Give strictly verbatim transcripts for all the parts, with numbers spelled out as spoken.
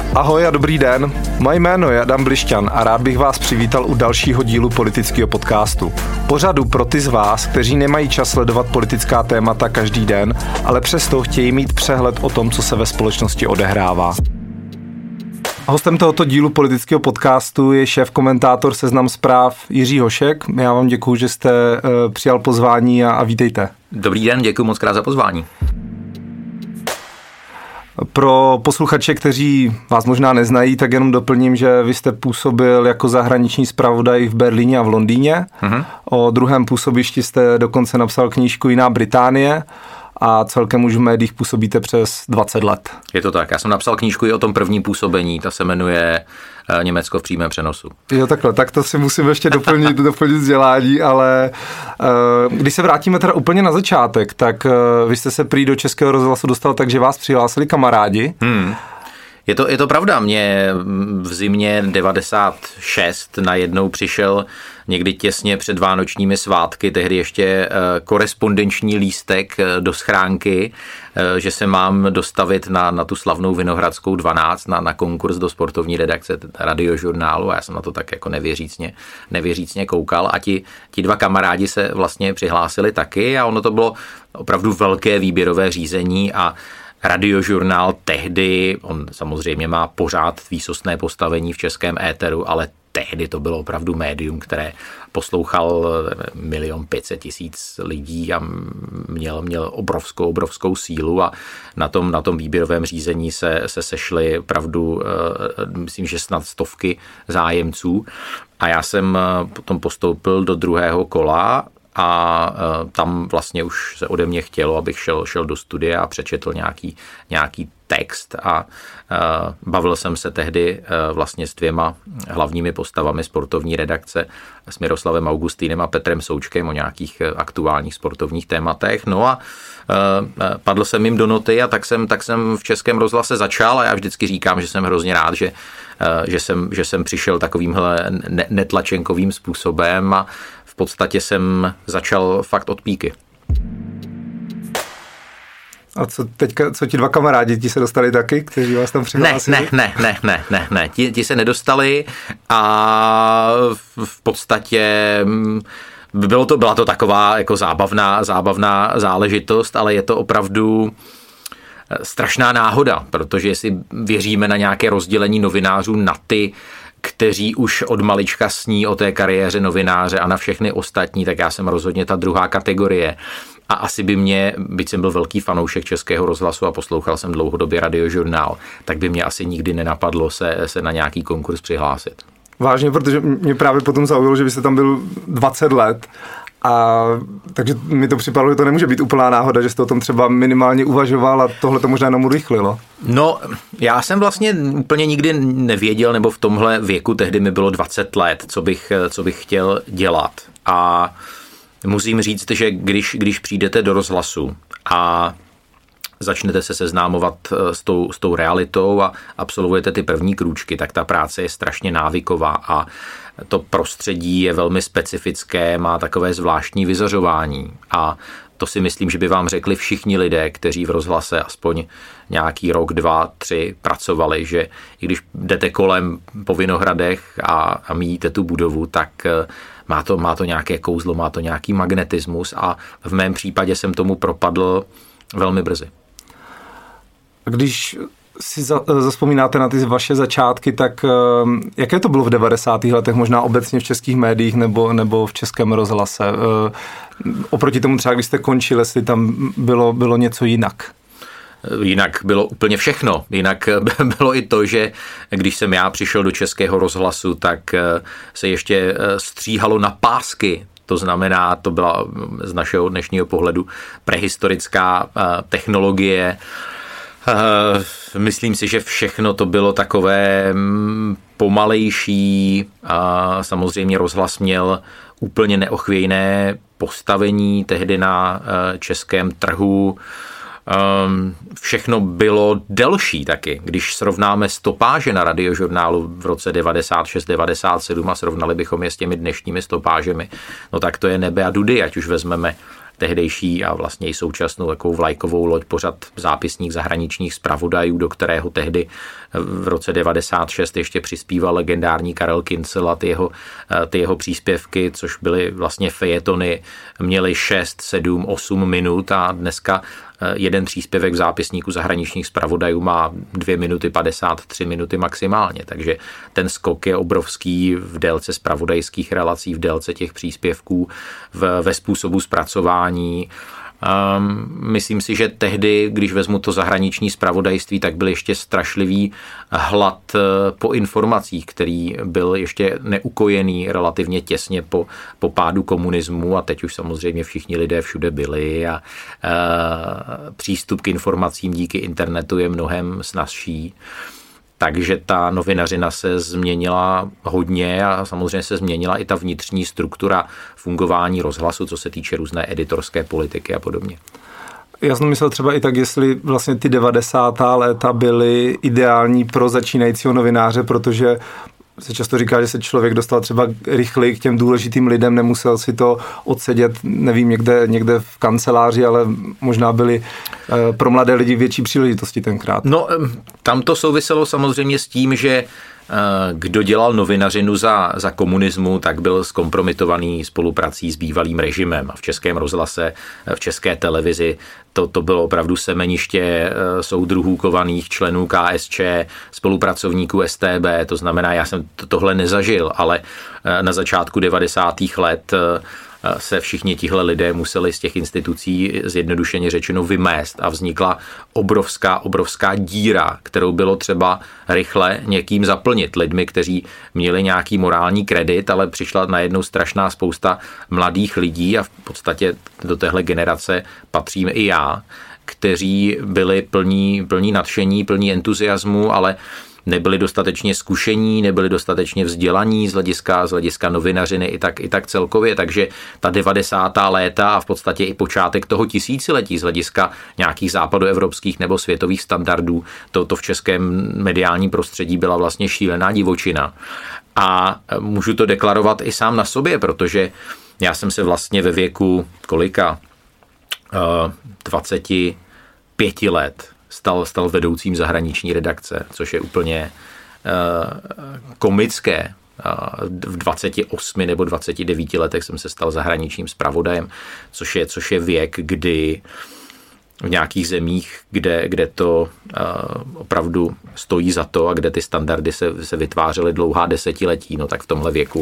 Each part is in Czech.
Ahoj a dobrý den. Moje jméno je Adam Blišťan a rád bych vás přivítal u dalšího dílu politického podcastu. Pořadu pro ty z vás, kteří nemají čas sledovat politická témata každý den, ale přesto chtějí mít přehled o tom, co se ve společnosti odehrává. Hostem tohoto dílu politického podcastu je šéf-komentátor Seznam Zpráv Jiří Hošek. Já vám děkuju, že jste uh, přijal pozvání a, a vítejte. Dobrý den, děkuji moc krát za pozvání. Pro posluchače, kteří vás možná neznají, tak jenom doplním, že vy jste působil jako zahraniční zpravodaj v Berlíně a v Londýně. Uh-huh. O druhém působišti jste dokonce napsal knížku Jiná Británie a celkem už v médiích působíte přes dvacet let. Je to tak. Já jsem napsal knížku i o tom prvním působení, ta se jmenuje Německo v přímém přenosu. Jo, takhle, tak to si musím ještě doplnit, doplnit vzdělání, ale uh, když se vrátíme teda úplně na začátek, tak uh, vy jste se prý do Českého rozhlasu dostal tak, že vás přihlásili kamarádi. Hmm. Je to, je to pravda, mě v zimě devadesát šest najednou přišel někdy těsně před vánočními svátky, tehdy ještě korespondenční lístek do schránky, že se mám dostavit na, na tu slavnou Vinohradskou dvanáct, na, na konkurs do sportovní redakce Radiožurnálu a já jsem na to tak jako nevěřícně, nevěřícně koukal a ti, ti dva kamarádi se vlastně přihlásili taky a ono to bylo opravdu velké výběrové řízení a Radiožurnál tehdy, on samozřejmě má pořád výsostné postavení v českém éteru, ale tehdy to bylo opravdu médium, které poslouchal milion pět set tisíc lidí a měl, měl obrovskou, obrovskou sílu a na tom, na tom výběrovém řízení se, se sešly opravdu, myslím, že snad stovky zájemců a já jsem potom postoupil do druhého kola a tam vlastně už se ode mě chtělo, abych šel, šel do studia a přečetl nějaký, nějaký text a uh, bavil jsem se tehdy uh, vlastně s dvěma hlavními postavami sportovní redakce, s Miroslavem Augustínem a Petrem Součkem o nějakých uh, aktuálních sportovních tématech. No a uh, padl jsem jim do noty a tak jsem, tak jsem v Českém rozhlase začal a já vždycky říkám, že jsem hrozně rád, že, uh, že, jsem, že jsem přišel takovýmhle ne- netlačenkovým způsobem a v podstatě jsem začal fakt od píky. A co teďka, co ti dva kamarádi, ti se dostali taky, kteří vás tam přihlásili? Ne, ne, ne, ne, ne, ne, ti, ti se nedostali a v podstatě bylo to, byla to taková jako zábavná, zábavná záležitost, ale je to opravdu strašná náhoda, protože jestli věříme na nějaké rozdělení novinářů na ty, kteří už od malička sní o té kariéře novináře a na všechny ostatní, tak já jsem rozhodně ta druhá kategorie. A asi by mě, byť jsem byl velký fanoušek Českého rozhlasu a poslouchal jsem dlouhodobě Radiožurnál, tak by mě asi nikdy nenapadlo se, se na nějaký konkurs přihlásit. Vážně, protože mě právě potom zaujalo, že vy jste tam byl dvacet let a takže mi to připadalo, že to nemůže být úplná náhoda, že jste o tom třeba minimálně uvažoval a tohle to možná jenom urychlilo. No, já jsem vlastně úplně nikdy nevěděl, nebo v tomhle věku tehdy mi bylo dvacet let, co bych, co bych chtěl dělat. A musím říct, že když, když přijdete do rozhlasu a začnete se seznámovat s tou, s tou realitou a absolvujete ty první krůčky, tak ta práce je strašně návyková a to prostředí je velmi specifické, má takové zvláštní vyzařování a to si myslím, že by vám řekli všichni lidé, kteří v rozhlase aspoň nějaký rok, dva, tři pracovali, že i když jdete kolem po Vinohradech a, a míjíte tu budovu, tak má to, má to nějaké kouzlo, má to nějaký magnetismus a v mém případě jsem tomu propadl velmi brzy. Když si za, zazpomínáte na ty vaše začátky, tak uh, jaké to bylo v devadesátých letech, možná obecně v českých médiích nebo, nebo v Českém rozhlase? Uh, oproti tomu třeba, když jste končili, jestli tam bylo, bylo něco jinak? Jinak bylo úplně všechno. Jinak bylo i to, že když jsem já přišel do Českého rozhlasu, tak se ještě stříhalo na pásky. To znamená, to byla z našeho dnešního pohledu prehistorická technologie. Myslím si, že všechno to bylo takové pomalejší a samozřejmě rozhlas měl úplně neochvějné postavení tehdy na českém trhu. Všechno bylo delší taky. Když srovnáme stopáže na Radiožurnálu v roce devadesát šest devadesát sedm a srovnali bychom je s těmi dnešními stopážemi, no tak to je nebe a dudy, ať už vezmeme tehdejší a vlastně i současnou takovou vlajkovou loď pořad Zápisník zahraničních zpravodajů, do kterého tehdy v roce devadesát šest ještě přispíval legendární Karel Kincel a ty jeho, ty jeho příspěvky, což byly vlastně fejetony, měly šest, sedm, osm minut a dneska jeden příspěvek v Zápisníku zahraničních zpravodajů má dvě minuty padesát tři minuty maximálně, takže ten skok je obrovský v délce zpravodajských relací, v délce těch příspěvků, v, ve způsobu zpracování. Um, myslím si, že tehdy, když vezmu to zahraniční zpravodajství, tak byl ještě strašlivý hlad po informacích, který byl ještě neukojený relativně těsně po, po pádu komunismu a teď už samozřejmě všichni lidé všude byli a uh, přístup k informacím díky internetu je mnohem snazší. Takže ta novinařina se změnila hodně a samozřejmě se změnila i ta vnitřní struktura fungování rozhlasu, co se týče různé editorské politiky a podobně. Já jsem myslel třeba i tak, jestli vlastně ty devadesátá léta byly ideální pro začínajícího novináře, protože se často říká, že se člověk dostal třeba rychleji k těm důležitým lidem, nemusel si to odsedět, nevím, někde, někde v kanceláři, ale možná byly pro mladé lidi větší příležitosti tenkrát. No, tam to souviselo samozřejmě s tím, že kdo dělal novinařinu za, za komunismu, tak byl zkompromitovaný spoluprací s bývalým režimem. A v Českém rozhlase, v České televizi to, to bylo opravdu semeniště soudruhů kovaných členů K S Č, spolupracovníků S T B, to znamená, já jsem to, tohle nezažil, ale na začátku devadesátých let se všichni tihle lidé museli z těch institucí zjednodušeně řečeno vymést a vznikla obrovská, obrovská díra, kterou bylo třeba rychle někým zaplnit lidmi, kteří měli nějaký morální kredit, ale přišla najednou strašná spousta mladých lidí a v podstatě do téhle generace patřím i já, kteří byli plní, plní nadšení, plní entuziasmu, ale nebyli dostatečně zkušení, nebyli dostatečně vzdělaní z hlediska, z hlediska novinařiny i tak, i tak celkově, takže ta devadesátá léta a v podstatě i počátek toho tisíciletí z hlediska nějakých západoevropských nebo světových standardů, to, to v českém mediálním prostředí byla vlastně šílená divočina. A můžu to deklarovat i sám na sobě, protože já jsem se vlastně ve věku kolika? dvacet pět let Stal, stal vedoucím zahraniční redakce, což je úplně uh, komické. Uh, v dvaceti osmi nebo dvaceti devíti letech jsem se stal zahraničním zpravodajem, což je, což je věk, kdy v nějakých zemích, kde, kde to uh, opravdu stojí za to a kde ty standardy se, se vytvářely dlouhá desetiletí, no tak v tomhle věku uh,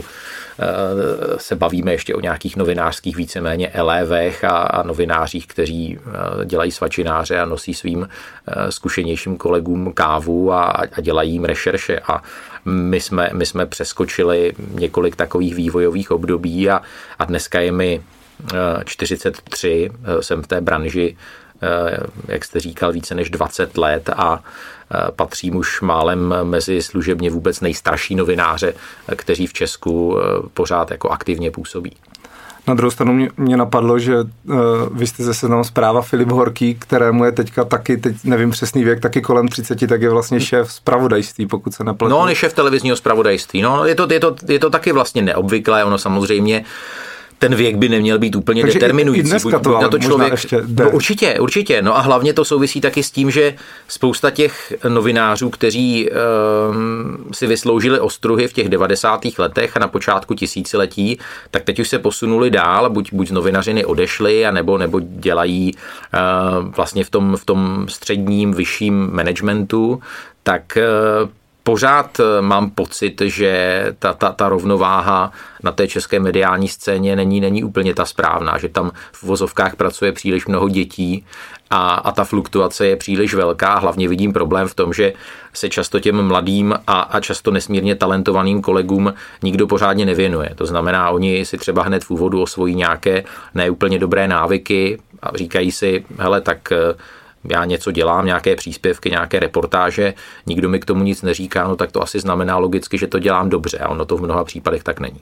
se bavíme ještě o nějakých novinářských víceméně elévech a, a novinářích, kteří uh, dělají svačináře a nosí svým uh, zkušenějším kolegům kávu a, a dělají jim rešerše a my jsme, my jsme přeskočili několik takových vývojových období a, a dneska je mi uh, čtyřicet tři, uh, jsem v té branži jak jste říkal, více než dvacet let a patřím už málem mezi služebně vůbec nejstarší novináře, kteří v Česku pořád jako aktivně působí. Na druhou stranu mě, mě napadlo, že uh, vy jste ze Seznamu Zpráva Filip Horký, kterému je teďka taky, teď nevím přesný věk, taky kolem třiceti, tak je vlastně šéf zpravodajství, pokud se nepletu. No, on je šéf televizního zpravodajství. No, je to, je to, je to taky vlastně neobvyklé, ono samozřejmě ten věk by neměl být úplně takže determinující. I dneska to, buď na to člověk ještě no, určitě, určitě. No a hlavně to souvisí taky s tím, že spousta těch novinářů, kteří um, si vysloužili ostruhy v těch devadesátých letech a na počátku tisíciletí, tak teď už se posunuli dál, buď, buď z novinařiny odešli, anebo, nebo dělají uh, vlastně v tom, v tom středním, vyšším managementu, tak uh, pořád mám pocit, že ta, ta, ta rovnováha na té české mediální scéně není, není úplně ta správná, že tam v vozovkách pracuje příliš mnoho dětí a, a ta fluktuace je příliš velká. Hlavně vidím problém v tom, že se často těm mladým a, a často nesmírně talentovaným kolegům nikdo pořádně nevěnuje. To znamená, oni si třeba hned v úvodu osvojí nějaké neúplně dobré návyky a říkají si, hele, tak já něco dělám, nějaké příspěvky, nějaké reportáže, nikdo mi k tomu nic neříká, no tak to asi znamená logicky, že to dělám dobře a ono to v mnoha případech tak není.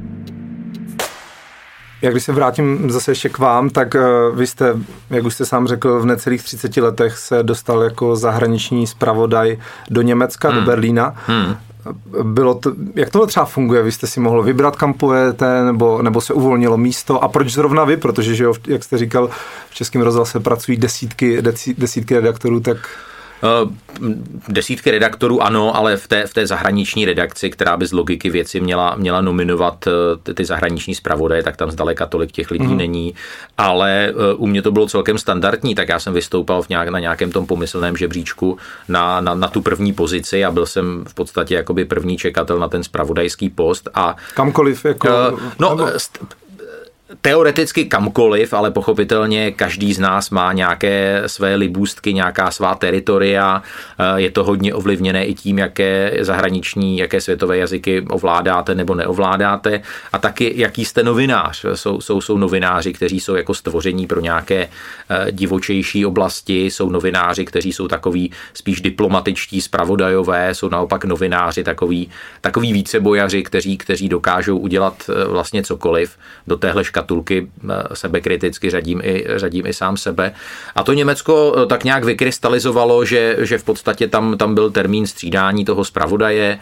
Já když se vrátím zase ještě k vám, tak vy jste, jak už jste sám řekl, v necelých třiceti letech se dostal jako zahraniční zpravodaj do Německa, hmm. do Berlína. Hmm. Bylo to, jak tohle třeba funguje? Vy jste si mohl vybrat, kam pojete, nebo, nebo se uvolnilo místo? A proč zrovna vy? Protože, že jo, jak jste říkal, v Českém rozhlase pracují desítky, desítky redaktorů, tak... Desítky redaktorů ano, ale v té, v té zahraniční redakci, která by z logiky věci měla, měla nominovat ty, ty zahraniční zpravodaje, tak tam zdaleka tolik těch lidí mm. není, ale u mě to bylo celkem standardní, tak já jsem vystoupal v nějak, na nějakém tom pomyslném žebříčku na, na, na tu první pozici a byl jsem v podstatě jakoby první čekatel na ten zpravodajský post. A kamkoliv jako... Uh, no, teoreticky kamkoliv, ale pochopitelně každý z nás má nějaké své libůstky, nějaká svá teritoria. Je to hodně ovlivněné i tím, jaké zahraniční, jaké světové jazyky ovládáte nebo neovládáte. A taky, jaký jste novinář. Jsou, jsou, jsou novináři, kteří jsou jako stvoření pro nějaké divočejší oblasti. Jsou novináři, kteří jsou takový spíš diplomatičtí, zpravodajové. Jsou naopak novináři, takový, takový vícebojaři, kteří, kteří dokážou udělat vlastně cokoliv. Do téhle škatulky sebekriticky řadím i, řadím i sám sebe. A to Německo tak nějak vykrystalizovalo, že, že v podstatě tam, tam byl termín střídání toho zpravodaje.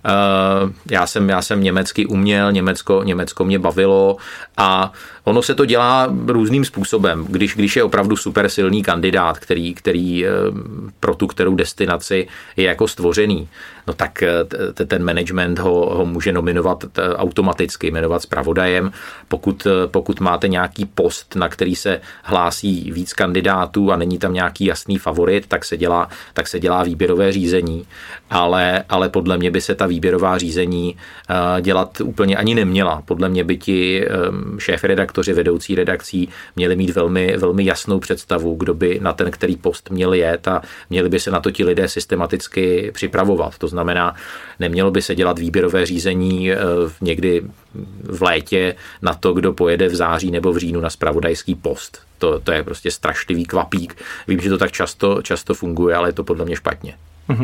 Já jsem, já jsem německy uměl, Německo, Německo mě bavilo a ono se to dělá různým způsobem. Když, když je opravdu super silný kandidát, který, který pro tu kterou destinaci je jako stvořený, no tak ten management ho, ho může nominovat automaticky, jmenovat zpravodajem. Pokud, pokud máte nějaký post, na který se hlásí víc kandidátů a není tam nějaký jasný favorit, tak se dělá, tak se dělá výběrové řízení. Ale, ale podle mě by se ta výběrová řízení dělat úplně ani neměla. Podle mě by ti šéfredaktoři, vedoucí redakcí měli mít velmi, velmi jasnou představu, kdo by na ten který post měl jet a měli by se na to ti lidé systematicky připravovat. To znamená, nemělo by se dělat výběrové řízení někdy v létě na to, kdo pojede v září nebo v říjnu na zpravodajský post. To, to je prostě strašlivý kvapík. Vím, že to tak často, často funguje, ale je to podle mě špatně. Mm-hmm.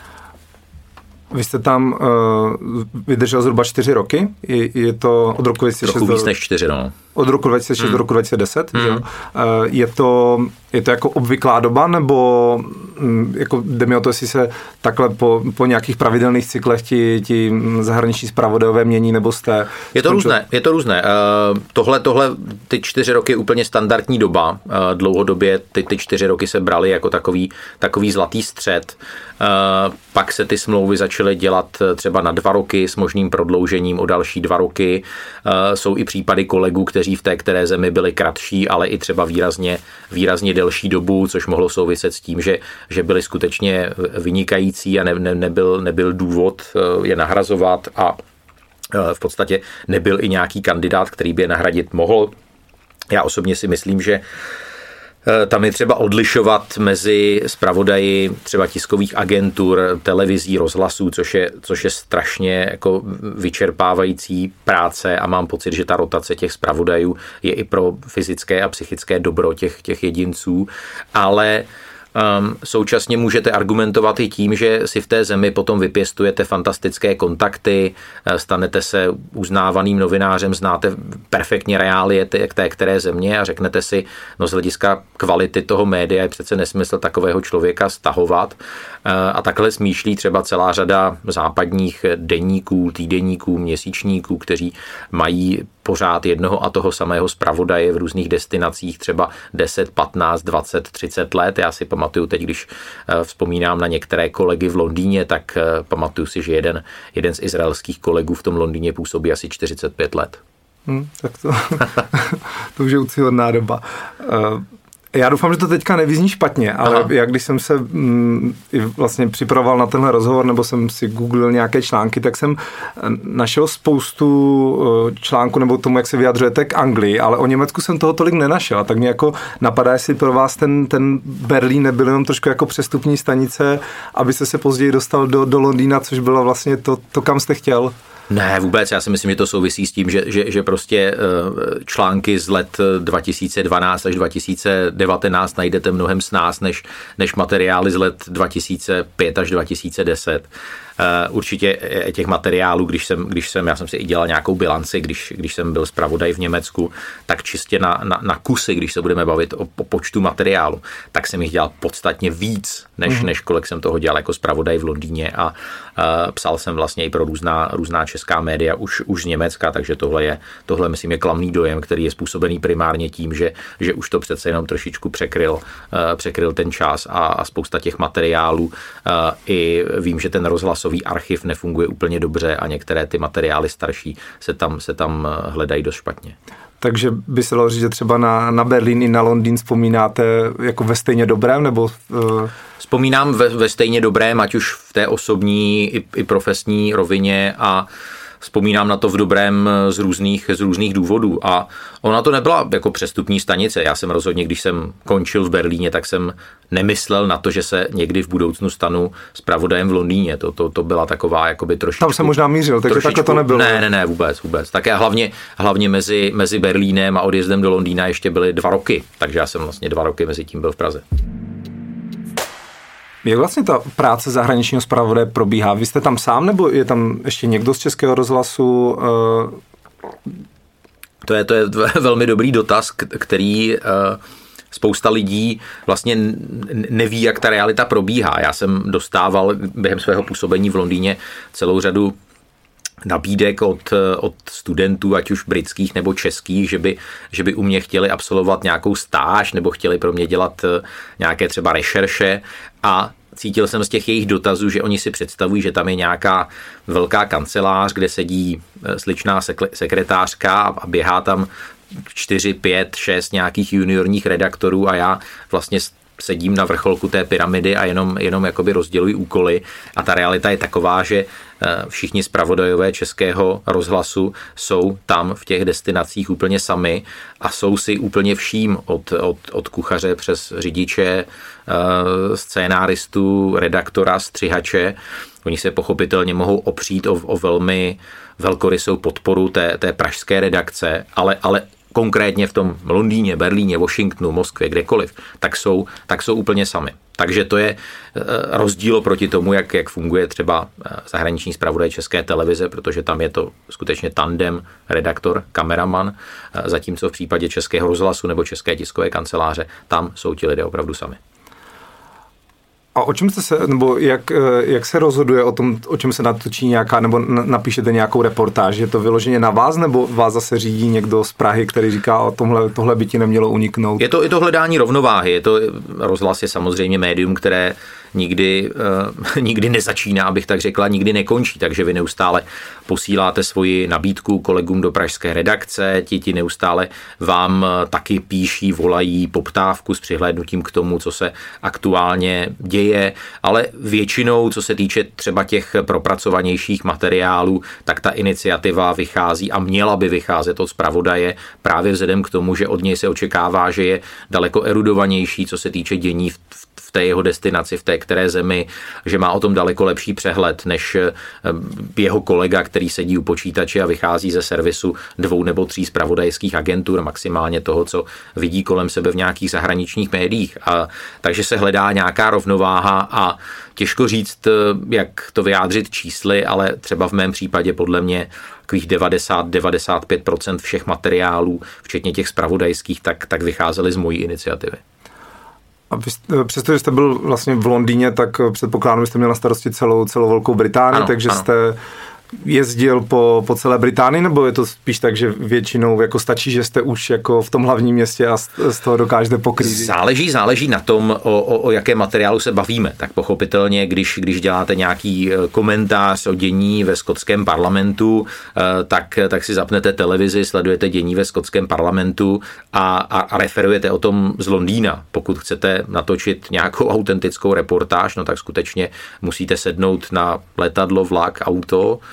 Vy jste tam uh, vydržel zhruba čtyři roky, je, je to od roku dva tisíce šest... Trochu víc než čtyři, no. Od roku dva tisíce šest hmm. do roku dva tisíce deset, hmm. že? Uh, je, to, je to jako obvyklá doba, nebo um, jako jde mi o to, jestli se takhle po, po nějakých pravidelných cyklech ti, ti zahraniční zpravodajové mění, nebo jste... Je to různé, je to různé. Uh, tohle, tohle, ty čtyři roky je úplně standardní doba. Uh, dlouhodobě ty, ty čtyři roky se braly jako takový, takový zlatý střed. Uh, pak se ty smlouvy začaly dělat třeba na dva roky s možným prodloužením o další dva roky. Uh, jsou i případy kolegů, kteří v té které zemi byli kratší, ale i třeba výrazně, výrazně delší dobu, což mohlo souviset s tím, že, že byli skutečně vynikající a ne, ne, nebyl, nebyl důvod je nahrazovat a v podstatě nebyl i nějaký kandidát, který by je nahradit mohl. Já osobně si myslím, že tam je třeba odlišovat mezi zpravodaji třeba tiskových agentur, televizí, rozhlasů, což je, což je strašně jako vyčerpávající práce a mám pocit, že ta rotace těch zpravodajů je i pro fyzické a psychické dobro těch, těch jedinců, ale Um, současně můžete argumentovat i tím, že si v té zemi potom vypěstujete fantastické kontakty, stanete se uznávaným novinářem, znáte perfektně reálie té, té které země a řeknete si, no z hlediska kvality toho média je přece nesmysl takového člověka stahovat. A takhle smýšlí třeba celá řada západních deníků, týdeníků, měsíčníků, kteří mají pořád jednoho a toho samého zpravodaje v různých destinacích třeba deset, patnáct, dvacet, třicet let. Já si pamatuju teď, když vzpomínám na některé kolegy v Londýně, tak pamatuju si, že jeden, jeden z izraelských kolegů v tom Londýně působí asi čtyřicet pět let. Hmm, tak to, to už je úctyhodná doba. Uh... Já doufám, že to teďka nevyzní špatně, ale Aha. já když jsem se mm, vlastně připravoval na tenhle rozhovor, nebo jsem si googlil nějaké články, tak jsem našel spoustu článků nebo tomu, jak se vyjadřujete k Anglii, ale o Německu jsem toho tolik nenašel. A tak mě jako napadá, jestli pro vás ten, ten Berlín nebyl jenom trošku jako přestupní stanice, abyste se později dostal do, do Londýna, což bylo vlastně to, to kam jste chtěl. Ne, vůbec. Já si myslím, že to souvisí s tím, že, že, že prostě články z let dva tisíce dvanáct až dva tisíce devatenáct najdete mnohem snáz než, než materiály z let dva tisíce pět až dva tisíce deset. Určitě těch materiálů, když jsem, když jsem, já jsem si i dělal nějakou bilanci, když, když jsem byl zpravodaj v Německu, tak čistě na, na, na kusy, když se budeme bavit o, o počtu materiálu, tak jsem jich dělal podstatně víc, než, mm. než kolik jsem toho dělal jako zpravodaj v Londýně a uh, psal jsem vlastně i pro různá, různá česká média už, už z Německa, takže tohle je, tohle myslím je klamný dojem, který je způsobený primárně tím, že, že už to přece jenom trošičku překryl, uh, překryl ten čas a, a spousta těch materiálů uh, i vím, že ten rozhlas archiv nefunguje úplně dobře a některé ty materiály starší se tam, se tam hledají dost špatně. Takže by se dalo říct, že třeba na, na Berlín i na Londýn vzpomínáte jako ve stejně dobrém? Nebo, uh... Vzpomínám ve, ve stejně dobrém, ať už v té osobní i, i profesní rovině a vzpomínám na to v dobrém z různých, z různých důvodů a ona to nebyla jako přestupní stanice. Já jsem rozhodně, když jsem končil v Berlíně, tak jsem nemyslel na to, že se někdy v budoucnu stanu zpravodajem v Londýně. To, to, to byla taková jakoby trošičku... Tam jsem možná mířil, takže takhle to nebylo. Ne, ne, ne, vůbec, vůbec. Také hlavně, hlavně mezi, mezi Berlínem a odjezdem do Londýna ještě byly dva roky, takže já jsem vlastně dva roky mezi tím byl v Praze. Jak vlastně ta práce zahraničního zpravodaje probíhá? Vy jste tam sám, nebo je tam ještě někdo z Českého rozhlasu? To je, to je velmi dobrý dotaz, který spousta lidí vlastně neví, jak ta realita probíhá. Já jsem dostával během svého působení v Londýně celou řadu nabídek od, od studentů, ať už britských nebo českých, že by, že by u mě chtěli absolvovat nějakou stáž nebo chtěli pro mě dělat nějaké třeba rešerše a cítil jsem z těch jejich dotazů, že oni si představují, že tam je nějaká velká kancelář, kde sedí sličná sekretářka a běhá tam čtyři, pět, šest nějakých juniorních redaktorů a já vlastně sedím na vrcholku té pyramidy a jenom, jenom jakoby rozděluji úkoly a ta realita je taková, že všichni zpravodajové Českého rozhlasu jsou tam v těch destinacích úplně sami a jsou si úplně vším od, od, od kuchaře přes řidiče, scénáristu, redaktora, střihače. Oni se pochopitelně mohou opřít o, o velmi velkorysou podporu té, té pražské redakce, ale, ale konkrétně v tom Londýně, Berlíně, Washingtonu, Moskvě, kdekoliv, tak jsou, tak jsou úplně sami. Takže to je rozdíl proti tomu, jak, jak funguje třeba zahraniční zpravodaj České televize, protože tam je to skutečně tandem redaktor, kameraman, zatímco v případě Českého rozhlasu nebo České tiskové kanceláře, tam jsou ti lidé opravdu sami. A o čem jste se, nebo jak, jak se rozhoduje o tom, o čem se natočí nějaká, nebo napíšete nějakou reportáž? Je to vyloženě na vás, nebo vás zase řídí někdo z Prahy, který říká, o tomhle, tohle by ti nemělo uniknout? Je to, je to hledání rovnováhy. Je to, rozhlas je samozřejmě médium, které nikdy, uh, nikdy nezačíná, abych tak řekla, nikdy nekončí, takže vy neustále posíláte svoji nabídku kolegům do pražské redakce, ti ti neustále vám taky píší, volají poptávku s přihlédnutím k tomu, co se aktuálně děje, ale většinou, co se týče třeba těch propracovanějších materiálů, tak ta iniciativa vychází a měla by vycházet od zpravodaje právě vzhledem k tomu, že od něj se očekává, že je daleko erudovanější, co se týče dění v v té jeho destinaci, v té které zemi, že má o tom daleko lepší přehled než jeho kolega, který sedí u počítače a vychází ze servisu dvou nebo tří zpravodajských agentur, maximálně toho, co vidí kolem sebe v nějakých zahraničních médiích. A, takže se hledá nějaká rovnováha a těžko říct, jak to vyjádřit čísly, ale třeba v mém případě podle mě takových devadesát až devadesát pět procent všech materiálů, včetně těch zpravodajských, tak, tak vycházely z mojí iniciativy. A vy, přestože jste byl vlastně v Londýně, tak předpokládám, že jste měl na starosti celou, celou Velkou Británii, ano, takže ano. jste jezdil po, po celé Británii, nebo je to spíš tak, že většinou jako stačí, že jste už jako v tom hlavním městě a z, z toho dokážete pokrýt? Záleží, záleží na tom, o, o, o jaké materiálu se bavíme. Tak pochopitelně, když, když děláte nějaký komentář o dění ve skotském parlamentu, tak, tak si zapnete televizi, sledujete dění ve skotském parlamentu a, a, a referujete o tom z Londýna. Pokud chcete natočit nějakou autentickou reportáž, no tak skutečně musíte sednout na letadlo, vlak, auto,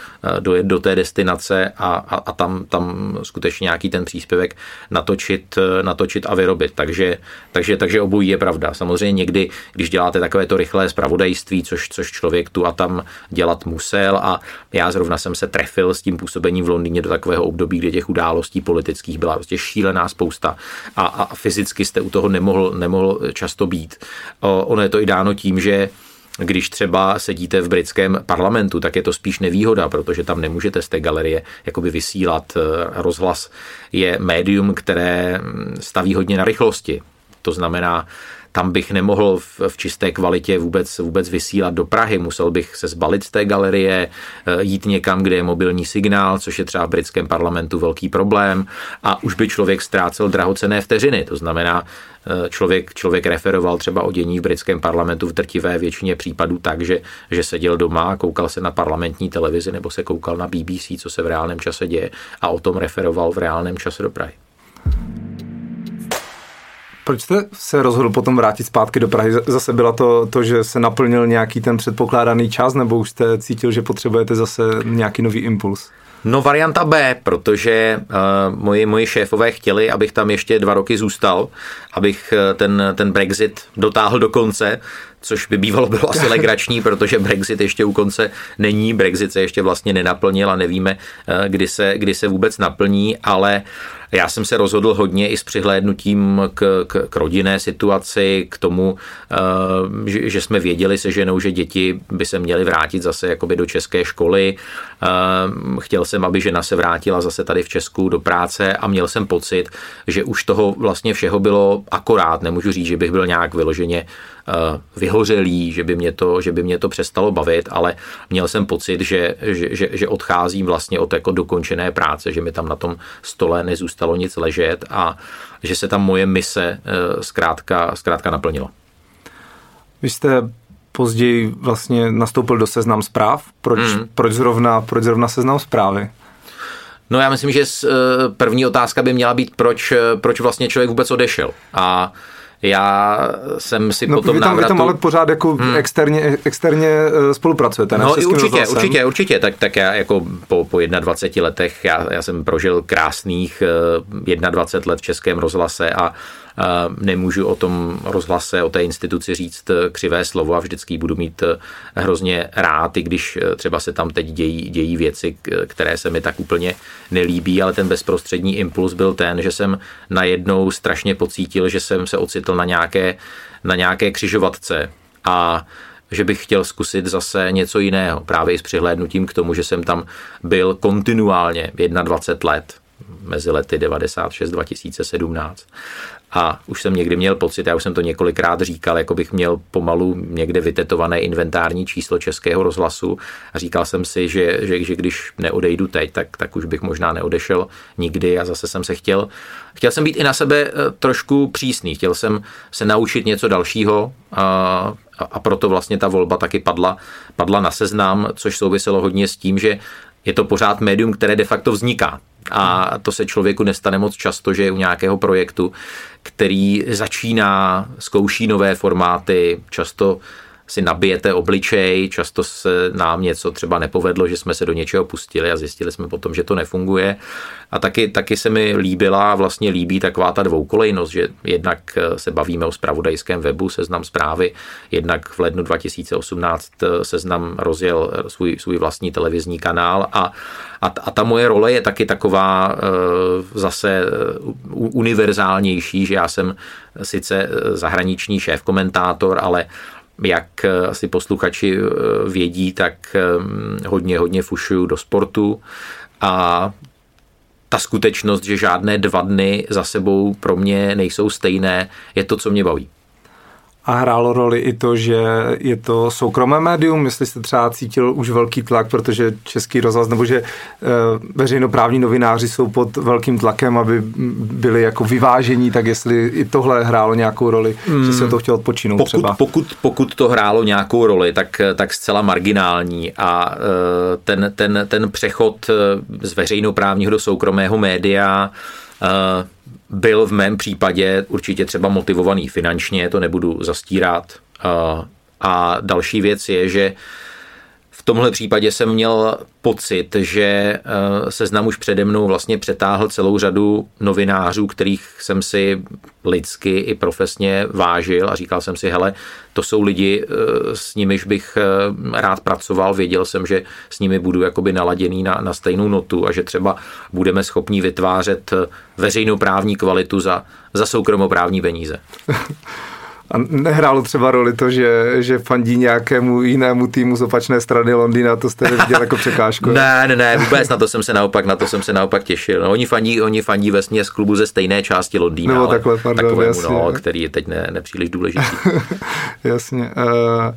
dojet do té destinace a, a, a tam, tam skutečně nějaký ten příspěvek natočit, natočit a vyrobit. Takže, takže, takže obojí je pravda. Samozřejmě někdy, když děláte takové to rychlé zpravodajství, což, což člověk tu a tam dělat musel, a já zrovna jsem se trefil s tím působením v Londýně do takového období, kdy těch událostí politických byla prostě šílená spousta a, a fyzicky jste u toho nemohl, nemohl často být. Ono je to i dáno tím, že když třeba sedíte v britském parlamentu, tak je to spíš nevýhoda, protože tam nemůžete z té galerie jakoby vysílat. Rozhlas je médium, které staví hodně na rychlosti. To znamená, tam bych nemohl v, v čisté kvalitě vůbec, vůbec vysílat do Prahy. Musel bych se zbalit z té galerie, jít někam, kde je mobilní signál, což je třeba v britském parlamentu velký problém, a už by člověk ztrácel drahocenné vteřiny. To znamená, člověk, člověk referoval třeba o dění v britském parlamentu v drtivé většině případů tak, že, že seděl doma, koukal se na parlamentní televizi nebo se koukal na B B C, co se v reálném čase děje, a o tom referoval v reálném čase do Prahy. Proč jste se rozhodl potom vrátit zpátky do Prahy? Zase byla to, to, že se naplnil nějaký ten předpokládaný čas, nebo už jste cítil, že potřebujete zase nějaký nový impuls? No, varianta B, protože uh, moji, moji šéfové chtěli, abych tam ještě dva roky zůstal, abych ten, ten Brexit dotáhl do konce, což by bývalo bylo asi legrační, protože Brexit ještě u konce není, Brexit se ještě vlastně nenaplnil a nevíme, kdy se, kdy se vůbec naplní, ale já jsem se rozhodl hodně i s přihlédnutím k, k, k rodinné situaci, k tomu, že, že jsme věděli se ženou, že děti by se měly vrátit zase jakoby do české školy. Chtěl jsem, aby žena se vrátila zase tady v Česku do práce, a měl jsem pocit, že už toho vlastně všeho bylo akorát. Nemůžu říct, že bych byl nějak vyloženě vyhořelý, že by mě to, že by mě to přestalo bavit, ale měl jsem pocit, že, že, že, že odcházím vlastně od jako dokončené práce, že mi tam na tom stole nezůstalo nic ležet a že se tam moje mise zkrátka, zkrátka naplnila. Vy jste později vlastně nastoupil do Seznam Zpráv. Proč, mm. proč, zrovna, proč zrovna Seznam Zprávy? No, já myslím, že první otázka by měla být, proč, proč vlastně člověk vůbec odešel. A já jsem si no, potom návratu... Vy tam ale pořád jako hmm. externě, externě spolupracujete, ne? No i určitě, rozhlasem. určitě, určitě. Tak, tak já jako po, po dvaceti jedna letech, já, já jsem prožil krásných dvacet jedna let v Českém rozhlase a nemůžu o tom rozhlase, o té instituci říct křivé slovo a vždycky budu mít hrozně rád, i když třeba se tam teď dějí, dějí věci, které se mi tak úplně nelíbí, ale ten bezprostřední impuls byl ten, že jsem najednou strašně pocítil, že jsem se ocitl na nějaké, na nějaké křižovatce a že bych chtěl zkusit zase něco jiného, právě i s přihlédnutím k tomu, že jsem tam byl kontinuálně dvacet jedna let, mezi lety devadesát šest dva tisíce sedmnáct. A už jsem někdy měl pocit, já už jsem to několikrát říkal, jako bych měl pomalu někde vytetované inventární číslo Českého rozhlasu a říkal jsem si, že, že, že když neodejdu teď, tak, tak už bych možná neodešel nikdy a zase jsem se chtěl, chtěl jsem být i na sebe trošku přísný, chtěl jsem se naučit něco dalšího a, a proto vlastně ta volba taky padla, padla na Seznam, což souviselo hodně s tím, že je to pořád médium, které de facto vzniká. A to se člověku nestane moc často, že je u nějakého projektu, který začíná, zkouší nové formáty, často si nabijete obličej, často se nám něco třeba nepovedlo, že jsme se do něčeho pustili a zjistili jsme potom, že to nefunguje. A taky, taky se mi líbila, vlastně líbí taková ta dvoukolejnost, že jednak se bavíme o zpravodajském webu Seznam Zprávy, jednak v lednu dva tisíce osmnáct Seznam rozjel svůj, svůj vlastní televizní kanál a, a, a ta moje role je taky taková zase univerzálnější, že já jsem sice zahraniční šéf-komentátor, ale jak asi posluchači vědí, tak hodně, hodně fušuju do sportu a ta skutečnost, že žádné dva dny za sebou pro mě nejsou stejné, je to, co mě baví. A hrálo roli i to, že je to soukromé médium, jestli jste třeba cítil už velký tlak, protože Český rozhlas, nebo že e, veřejnoprávní novináři jsou pod velkým tlakem, aby byli jako vyvážení, tak jestli i tohle hrálo nějakou roli, mm, že se to chtěl odpočinout pokud, třeba. Pokud, pokud to hrálo nějakou roli, tak, tak zcela marginální a e, ten, ten, ten přechod z veřejnoprávního do soukromého média e, byl v mém případě určitě třeba motivovaný finančně, to nebudu zastírat. A další věc je, že V tomhle případě jsem měl pocit, že seznam už přede mnou vlastně přetáhl celou řadu novinářů, kterých jsem si lidsky i profesně vážil a říkal jsem si, hele, to jsou lidi, s nimiž bych rád pracoval, věděl jsem, že s nimi budu jakoby naladěný na, na stejnou notu a že třeba budeme schopni vytvářet veřejnoprávní kvalitu za, za soukromoprávní peníze. A nehrálo třeba roli to, že, že fandí nějakému jinému týmu z opačné strany Londýna, to jste neviděl jako překážku? ne, ne, ne, vůbec na to jsem se naopak, na to jsem se naopak těšil. No, oni fandí, oni fandí vesměs klubu ze stejné části Londýna, nebo takhle, pardon, takovému, jasně. No, který je teď ne, nepříliš důležitý. Jasně. Uh...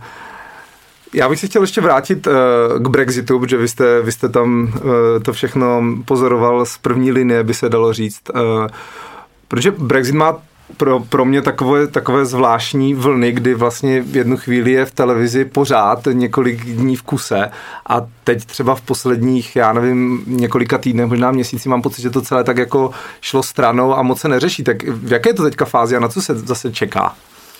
Já bych se chtěl ještě vrátit uh, k Brexitu, protože vy jste, vy jste tam uh, to všechno pozoroval z první linie, by se dalo říct. Uh, protože Brexit má pro, pro mě takové, takové zvláštní vlny, kdy vlastně v jednu chvíli je v televizi pořád několik dní v kuse a teď třeba v posledních, já nevím, několika týdnech, možná měsíci mám pocit, že to celé tak jako šlo stranou a moc se neřeší. Tak v jaké je to teďka fázi a na co se zase čeká?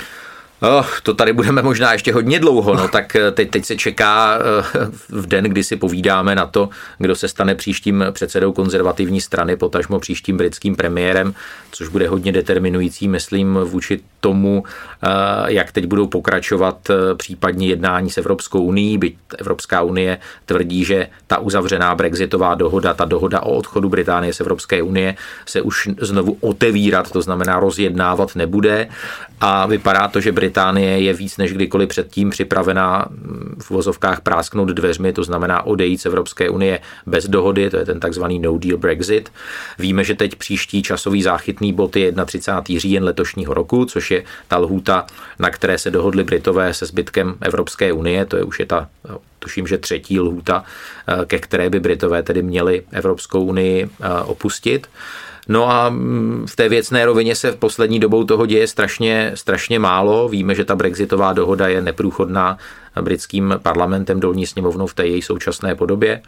Oh, to tady budeme možná ještě hodně dlouho, no tak teď, teď se čeká v den, kdy si povídáme na to, kdo se stane příštím předsedou konzervativní strany, potažmo příštím britským premiérem, což bude hodně determinující, myslím, vůči tomu, jak teď budou pokračovat případně jednání s Evropskou unií, byť Evropská unie tvrdí, že ta uzavřená brexitová dohoda, ta dohoda o odchodu Británie z Evropské unie se už znovu otevírat, to znamená rozjednávat nebude a vypadá to, že Británie je víc než kdykoliv předtím připravená v uvozovkách prásknout dveřmi, to znamená odejít z Evropské unie bez dohody, to je ten takzvaný no deal Brexit. Víme, že teď příští časový záchytný bod je třicátého prvního října letošního roku, což je ta lhůta, na které se dohodli Britové se zbytkem Evropské unie, to je už je ta, tuším, že třetí lhůta, ke které by Britové tedy měli Evropskou unii opustit. No a v té věcné rovině se v poslední dobou toho děje strašně, strašně málo. Víme, že ta brexitová dohoda je neprůchodná britským parlamentem, dolní sněmovnou v té její současné podobě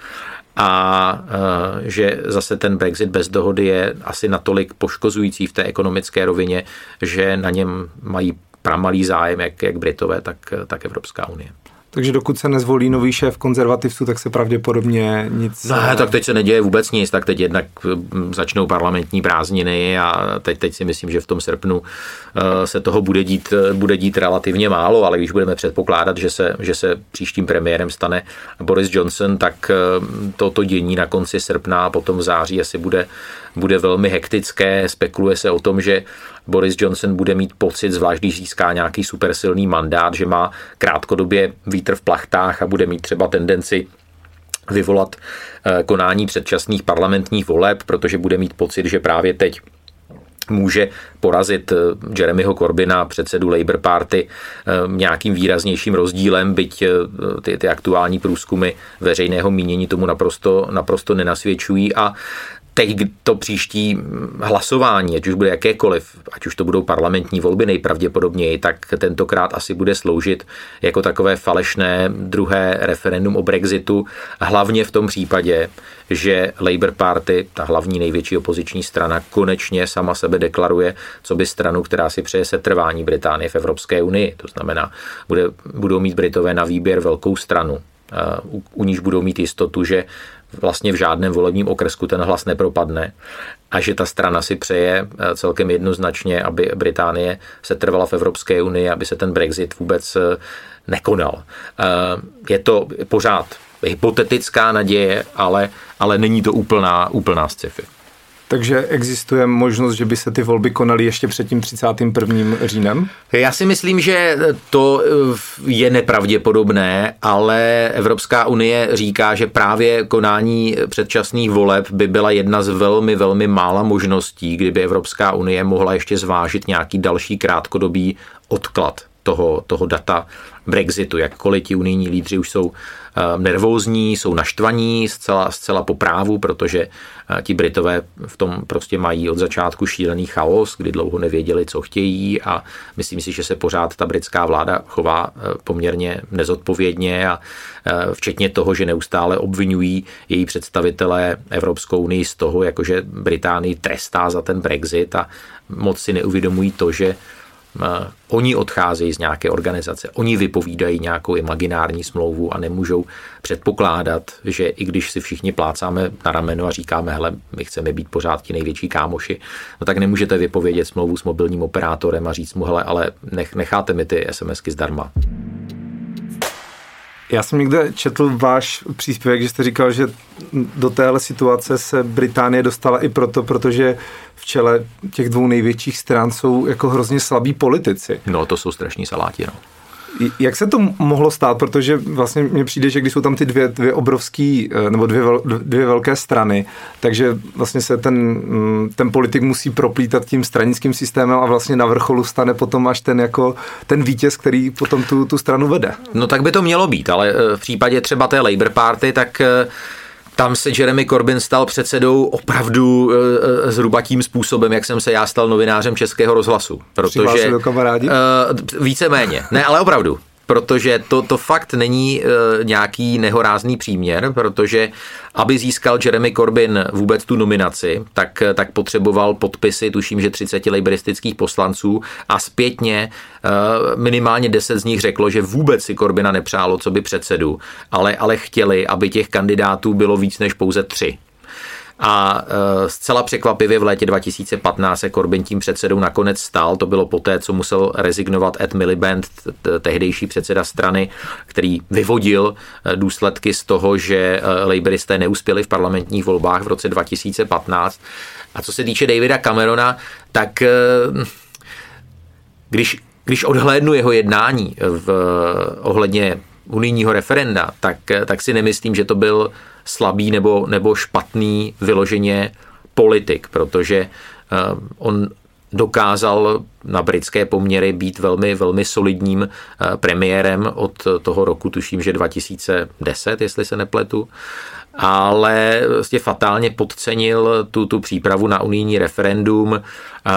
a že zase ten Brexit bez dohody je asi natolik poškozující v té ekonomické rovině, že na něm mají pramalý zájem jak, jak Britové, tak, tak Evropská unie. Takže dokud se nezvolí nový šéf konzervativců, tak se pravděpodobně nic... Ne, tak teď se neděje vůbec nic, tak teď jednak začnou parlamentní prázdniny a teď, teď si myslím, že v tom srpnu se toho bude dít, bude dít relativně málo, ale když budeme předpokládat, že se, že se příštím premiérem stane Boris Johnson, tak toto dění na konci srpna a potom v září asi bude, bude velmi hektické. Spekuluje se o tom, že Boris Johnson bude mít pocit, zvlášť když získá nějaký supersilný mandát, že má krátkodobě vítr v plachtách a bude mít třeba tendenci vyvolat konání předčasných parlamentních voleb, protože bude mít pocit, že právě teď může porazit Jeremyho Corbyna, předsedu Labour Party, nějakým výraznějším rozdílem, byť ty, ty aktuální průzkumy veřejného mínění tomu naprosto, naprosto nenasvědčují a teď to příští hlasování, ať už bude jakékoliv, ať už to budou parlamentní volby nejpravděpodobněji, tak tentokrát asi bude sloužit jako takové falešné druhé referendum o Brexitu, hlavně v tom případě, že Labour Party, ta hlavní největší opoziční strana, konečně sama sebe deklaruje, co by stranu, která si přeje setrvání Británie v Evropské unii. To znamená, bude, budou mít Britové na výběr velkou stranu, u, u níž budou mít jistotu, že vlastně v žádném volebním okrsku ten hlas nepropadne a že ta strana si přeje celkem jednoznačně, aby Británie se trvala v Evropské unii, aby se ten Brexit vůbec nekonal. Je to pořád hypotetická naděje, ale, ale není to úplná, úplná sci-fi. Takže existuje možnost, že by se ty volby konaly ještě před tím třicátým prvním říjnem? Já si myslím, že to je nepravděpodobné, ale Evropská unie říká, že právě konání předčasných voleb by byla jedna z velmi, velmi mála možností, kdyby Evropská unie mohla ještě zvážit nějaký další krátkodobý odklad toho, toho data Brexitu. Jakkoliv ti unijní lídři už jsou nervózní, jsou naštvaní zcela, zcela po právu, protože ti Britové v tom prostě mají od začátku šílený chaos, kdy dlouho nevěděli, co chtějí a myslím si, že se pořád ta britská vláda chová poměrně nezodpovědně a včetně toho, že neustále obvinují její představitelé Evropskou unii z toho, jakože Británii trestá za ten Brexit a moc si neuvědomují to, že Oni odcházejí z nějaké organizace, oni vypovídají nějakou imaginární smlouvu a nemůžou předpokládat, že i když si všichni plácáme na rameno a říkáme, hele, my chceme být pořád ti největší kámoši, no tak nemůžete vypovědět smlouvu s mobilním operátorem a říct mu, hele, ale nech, necháte mi ty SMSky zdarma. Já jsem někde četl váš příspěvek, že jste říkal, že do téhle situace se Británie dostala i proto, protože v čele těch dvou největších stran jsou jako hrozně slabí politici. No, to jsou strašní saláti, no. Jak se to mohlo stát? Protože vlastně mně přijde, že když jsou tam ty dvě, dvě obrovský, nebo dvě, dvě velké strany, takže vlastně se ten, ten politik musí proplítat tím stranickým systémem a vlastně na vrcholu stane potom až ten jako ten vítěz, který potom tu, tu stranu vede. No tak by to mělo být, ale v případě třeba té Labour Party, tak tam se Jeremy Corbyn stal předsedou opravdu e, zhruba tím způsobem, jak jsem se já stal novinářem Českého rozhlasu. Protože do kamarádi? E, víceméně. Ne, ale opravdu. Protože to, to fakt není e, nějaký nehorázný příměr, protože aby získal Jeremy Corbyn vůbec tu nominaci, tak, tak potřeboval podpisy, tuším, že třicet laboristických poslanců a zpětně e, minimálně deset z nich řeklo, že vůbec si Corbyna nepřálo, co by předsedu, ale, ale chtěli, aby těch kandidátů bylo víc než pouze tři. A e, zcela překvapivě v létě dva tisíce patnáct se Corbyn tím předsedou nakonec stal. To bylo poté, co musel rezignovat Ed Miliband, tehdejší předseda strany, který vyvodil důsledky z toho, že laboristé neuspěli v parlamentních volbách v roce dva tisíce patnáct. A co se týče Davida Camerona, tak e, když, když odhlédnu jeho jednání v, ohledně unijního referenda, tak, tak si nemyslím, že to byl slabý nebo, nebo špatný vyloženě politik, protože uh, on dokázal na britské poměry být velmi, velmi solidním uh, premiérem od toho roku, tuším, že dva tisíce deset, jestli se nepletu, ale vlastně fatálně podcenil tu, tu přípravu na unijní referendum, uh,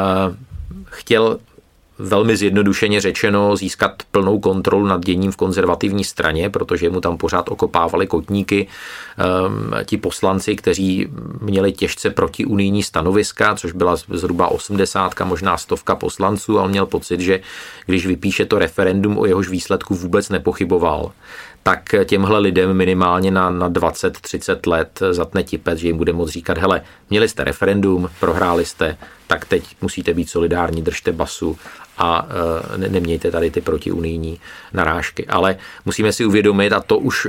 chtěl velmi zjednodušeně řečeno získat plnou kontrolu nad děním v konzervativní straně, protože mu tam pořád okopávali kotníky um, ti poslanci, kteří měli těžce protiunijní stanoviska, což byla zhruba osmdesátka, možná stovka poslanců a on měl pocit, že když vypíše to referendum, o jehož výsledku vůbec nepochyboval, tak těmhle lidem minimálně na, na dvacet třicet let zatne tipec, že jim bude moct říkat, hele, měli jste referendum, prohráli jste, tak teď musíte být solidární, držte basu a e, ne, nemějte tady ty protiunijní narážky. Ale musíme si uvědomit, a to už e,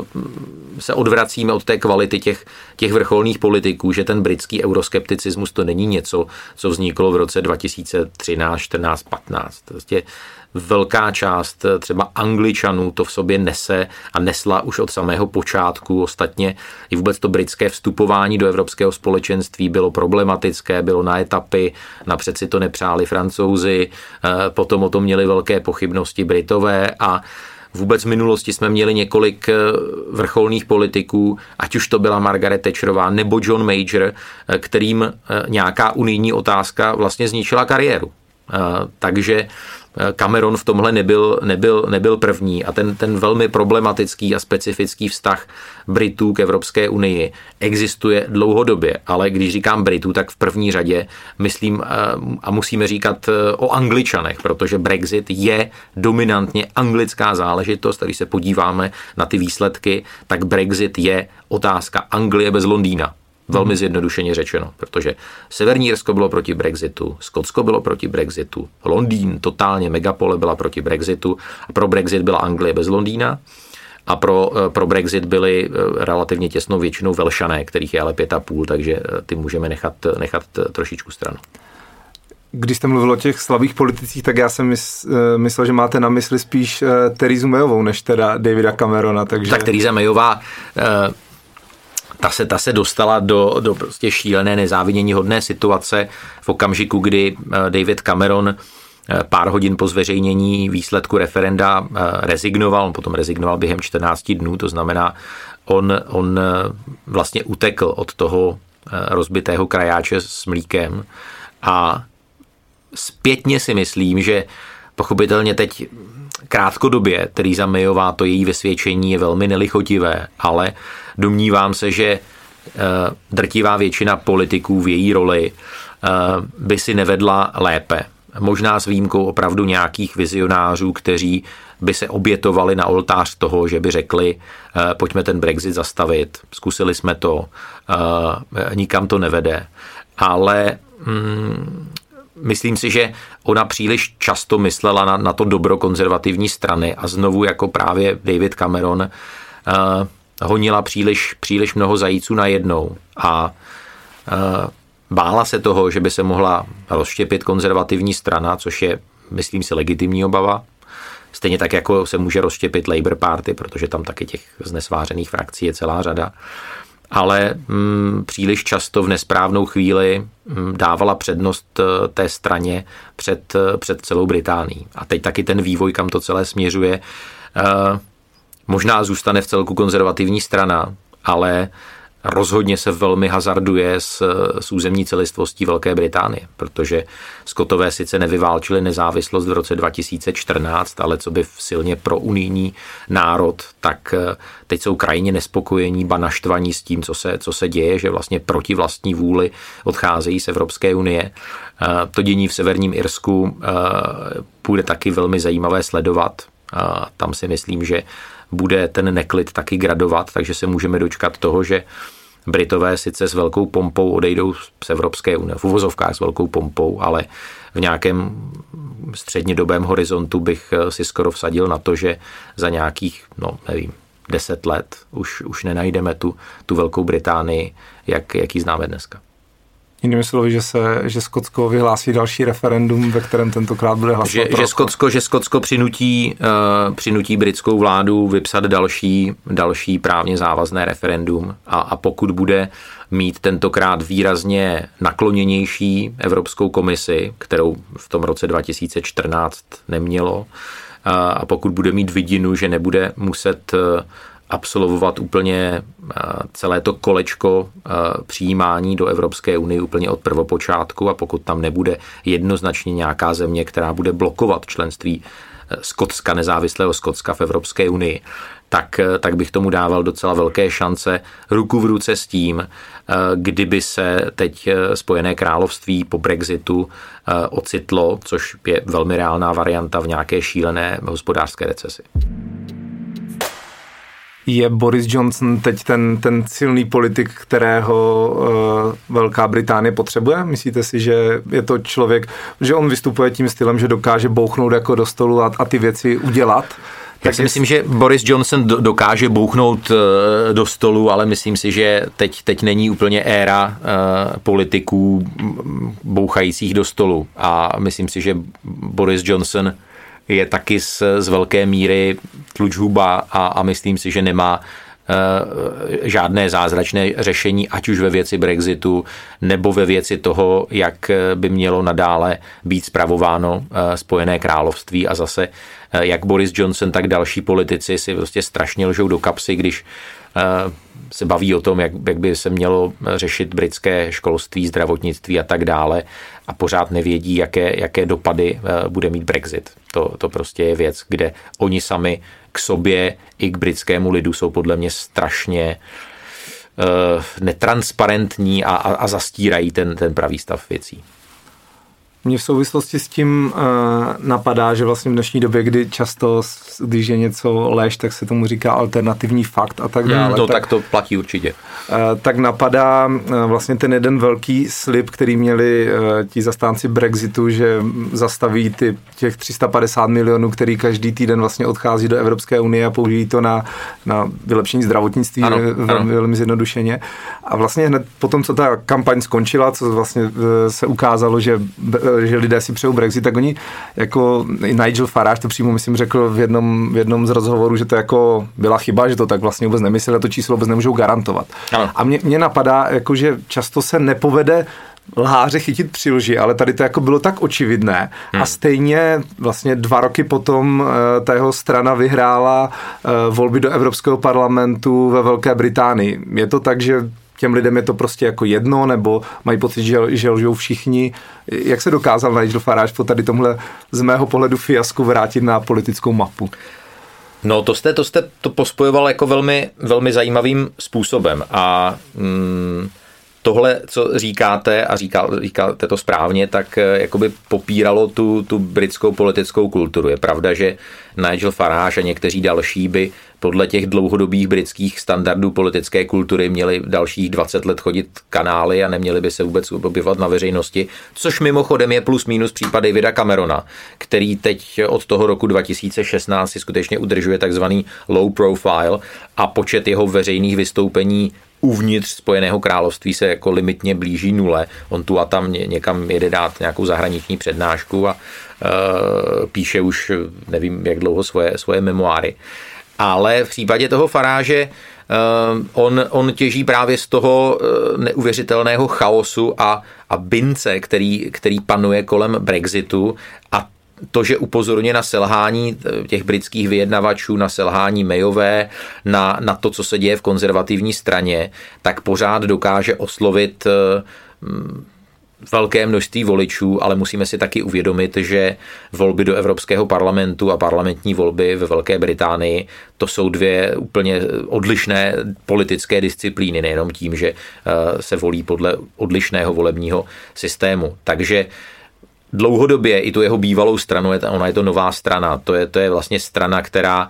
se odvracíme od té kvality těch, těch vrcholných politiků, že ten britský euroskepticismus to není něco, co vzniklo v roce dva tisíce třináct, čtrnáct, patnáct. Vlastně velká část třeba Angličanů to v sobě nese a nesla už od samého počátku. Ostatně i vůbec to britské vstupování do Evropského společenství bylo problematické, bylo na etapy, napřed si to nepřáli Francouzi, potom o tom měli velké pochybnosti Britové a vůbec v minulosti jsme měli několik vrcholných politiků, ať už to byla Margaret Thatcherová nebo John Major, kterým nějaká unijní otázka vlastně zničila kariéru. Takže Cameron v tomhle nebyl, nebyl, nebyl první a ten, ten velmi problematický a specifický vztah Britů k Evropské unii existuje dlouhodobě, ale když říkám Britů, tak v první řadě myslím a musíme říkat o Angličanech, protože Brexit je dominantně anglická záležitost, když se podíváme na ty výsledky, tak Brexit je otázka Anglie bez Londýna. Velmi zjednodušeně řečeno, protože Severní Irsko bylo proti Brexitu, Skotsko bylo proti Brexitu, Londýn, totálně megapole, byla proti Brexitu a pro Brexit byla Anglie bez Londýna a pro, pro Brexit byli relativně těsnou většinou Velšané, kterých je ale pět a půl, takže ty můžeme nechat, nechat trošičku stranu. Když jste mluvil o těch slabých politicích, tak já jsem mys, myslel, že máte na mysli spíš Terezu Mayovou, než teda Davida Camerona. Takže... Tak Tereza Mayová... Ta se, ta se dostala do, do prostě šílené nezávidění hodné situace v okamžiku, kdy David Cameron pár hodin po zveřejnění výsledku referenda rezignoval, on potom rezignoval během čtrnácti dnů, to znamená, on, on vlastně utekl od toho rozbitého krajáče s mlíkem a zpětně si myslím, že pochopitelně teď krátkodobě Tereza Mayová, to její vysvědčení je velmi nelichotivé, ale domnívám se, že drtivá většina politiků v její roli by si nevedla lépe. možná s výjimkou opravdu nějakých vizionářů, kteří by se obětovali na oltář toho, že by řekli, pojďme ten Brexit zastavit, zkusili jsme to, nikam to nevede. Ale mm, myslím si, že ona příliš často myslela na, na to dobro konzervativní strany a znovu jako právě David Cameron uh, honila příliš, příliš mnoho zajíců najednou a uh, bála se toho, že by se mohla rozštěpit konzervativní strana, což je, myslím si, legitimní obava. Stejně tak, jako se může rozštěpit Labour Party, protože tam taky těch znesvářených frakcí je celá řada. Ale mm, příliš často v nesprávnou chvíli mm, dávala přednost té straně před, před celou Británií. A teď taky ten vývoj, kam to celé směřuje, uh, možná zůstane v celku konzervativní strana, ale rozhodně se velmi hazarduje s, s územní celistvostí Velké Británie, protože Skotové sice nevyválčili nezávislost v roce dva tisíce čtrnáct, ale co by silně pro unijní národ, tak teď jsou krajně nespokojení, ba naštvaní s tím, co se, co se děje, že vlastně proti vlastní vůli odcházejí z Evropské unie. To dění v severním Irsku bude taky velmi zajímavé sledovat. Tam si myslím, že bude ten neklid taky gradovat, takže se můžeme dočkat toho, že Britové sice s velkou pompou odejdou z Evropské unie, v uvozovkách s velkou pompou, ale v nějakém střednědobém horizontu bych si skoro vsadil na to, že za nějakých, no nevím, deset let už, už nenajdeme tu, tu Velkou Británii, jak, jak ji známe dneska. Jinými slovy, že se, že Skotsko vyhlásí další referendum, ve kterém tentokrát bude hlasovat. Že, že, Skotsko, že Skotsko přinutí, uh, přinutí britskou vládu vypsat další, další právně závazné referendum a, a pokud bude mít tentokrát výrazně nakloněnější Evropskou komisi, kterou v tom roce dva tisíce čtrnáct nemělo, uh, a pokud bude mít vidinu, že nebude muset uh, absolvovat úplně celé to kolečko přijímání do Evropské unie úplně od prvopočátku a pokud tam nebude jednoznačně nějaká země, která bude blokovat členství Skotska, nezávislého Skotska v Evropské unii, tak, tak bych tomu dával docela velké šance ruku v ruce s tím, kdyby se teď Spojené království po Brexitu ocitlo, což je velmi reálná varianta, v nějaké šílené hospodářské recesi. Je Boris Johnson teď ten, ten silný politik, kterého uh, Velká Británie potřebuje? Myslíte si, že je to člověk, že on vystupuje tím stylem, že dokáže bouchnout jako do stolu a, a ty věci udělat? Já si je... myslím, že Boris Johnson do, dokáže bouchnout uh, do stolu, ale myslím si, že teď, teď není úplně éra uh, politiků bouchajících do stolu. A myslím si, že Boris Johnson je taky z, z velké míry tlučhuba a, a myslím si, že nemá uh, žádné zázračné řešení, ať už ve věci Brexitu, nebo ve věci toho, jak by mělo nadále být spravováno uh, Spojené království a zase uh, jak Boris Johnson, tak další politici si prostě strašně lžou do kapsy, když uh, se baví o tom, jak, jak by se mělo řešit britské školství, zdravotnictví a tak dále a pořád nevědí, jaké, jaké dopady bude mít Brexit. To, to prostě je věc, kde oni sami k sobě i k britskému lidu jsou podle mě strašně uh, netransparentní a, a, a zastírají ten, ten pravý stav věcí. Mě v souvislosti s tím uh, napadá, že vlastně v dnešní době, kdy často, když je něco lež, tak se tomu říká alternativní fakt a tak dále. Hmm, to tak, tak to platí určitě. Uh, tak napadá uh, vlastně ten jeden velký slib, který měli uh, ti zastánci Brexitu, že zastaví ty, těch tři sta padesát milionů, který každý týden vlastně odchází do Evropské unie a použijí to na, na vylepšení zdravotnictví, ano, velmi, ano. velmi zjednodušeně. A vlastně hned potom, co ta kampaň skončila, co vlastně uh, se ukázalo, že že lidé si přejou Brexit, tak oni jako Nigel Farage to přímo myslím řekl v jednom, v jednom z rozhovorů, že to jako byla chyba, že to tak vlastně vůbec nemysleli a to číslo vůbec nemůžou garantovat. Ano. A mě, mě napadá, jako, že často se nepovede lháře chytit při lži, ale tady to jako bylo tak očividné hmm. a stejně vlastně dva roky potom ta jeho strana vyhrála volby do Evropského parlamentu ve Velké Británii. Je to tak, že těm lidem je to prostě jako jedno, nebo mají pocit, že, že lžou všichni. Jak se dokázal Nigel Farage po tady tomhle z mého pohledu fiasku vrátit na politickou mapu? No to jste to, jste to pospojoval jako velmi, velmi zajímavým způsobem a mm, tohle, co říkáte a říká, říkáte to správně, tak jakoby popíralo tu, tu britskou politickou kulturu. Je pravda, že Nigel Farage a někteří další by podle těch dlouhodobých britských standardů politické kultury měli dalších dvacet let chodit kanály a neměli by se vůbec objevovat na veřejnosti, což mimochodem je plus minus případ Davida Camerona, který teď od toho roku dva tisíce šestnáct si skutečně udržuje takzvaný low profile a počet jeho veřejných vystoupení uvnitř Spojeného království se jako limitně blíží nule. On tu a tam někam jede dát nějakou zahraniční přednášku a uh, píše už nevím jak dlouho svoje, svoje memoáry. Ale v případě toho Farage uh, on, on těží právě z toho uh, neuvěřitelného chaosu a, a bince, který, který panuje kolem Brexitu a to, že upozorně na selhání těch britských vyjednavačů, na selhání Mayové, na, na to, co se děje v konzervativní straně, tak pořád dokáže oslovit uh, velké množství voličů, ale musíme si taky uvědomit, že volby do Evropského parlamentu a parlamentní volby ve Velké Británii, to jsou dvě úplně odlišné politické disciplíny, nejenom tím, že se volí podle odlišného volebního systému. Takže dlouhodobě i tu jeho bývalou stranu, ona je to nová strana, to je, to je vlastně strana, která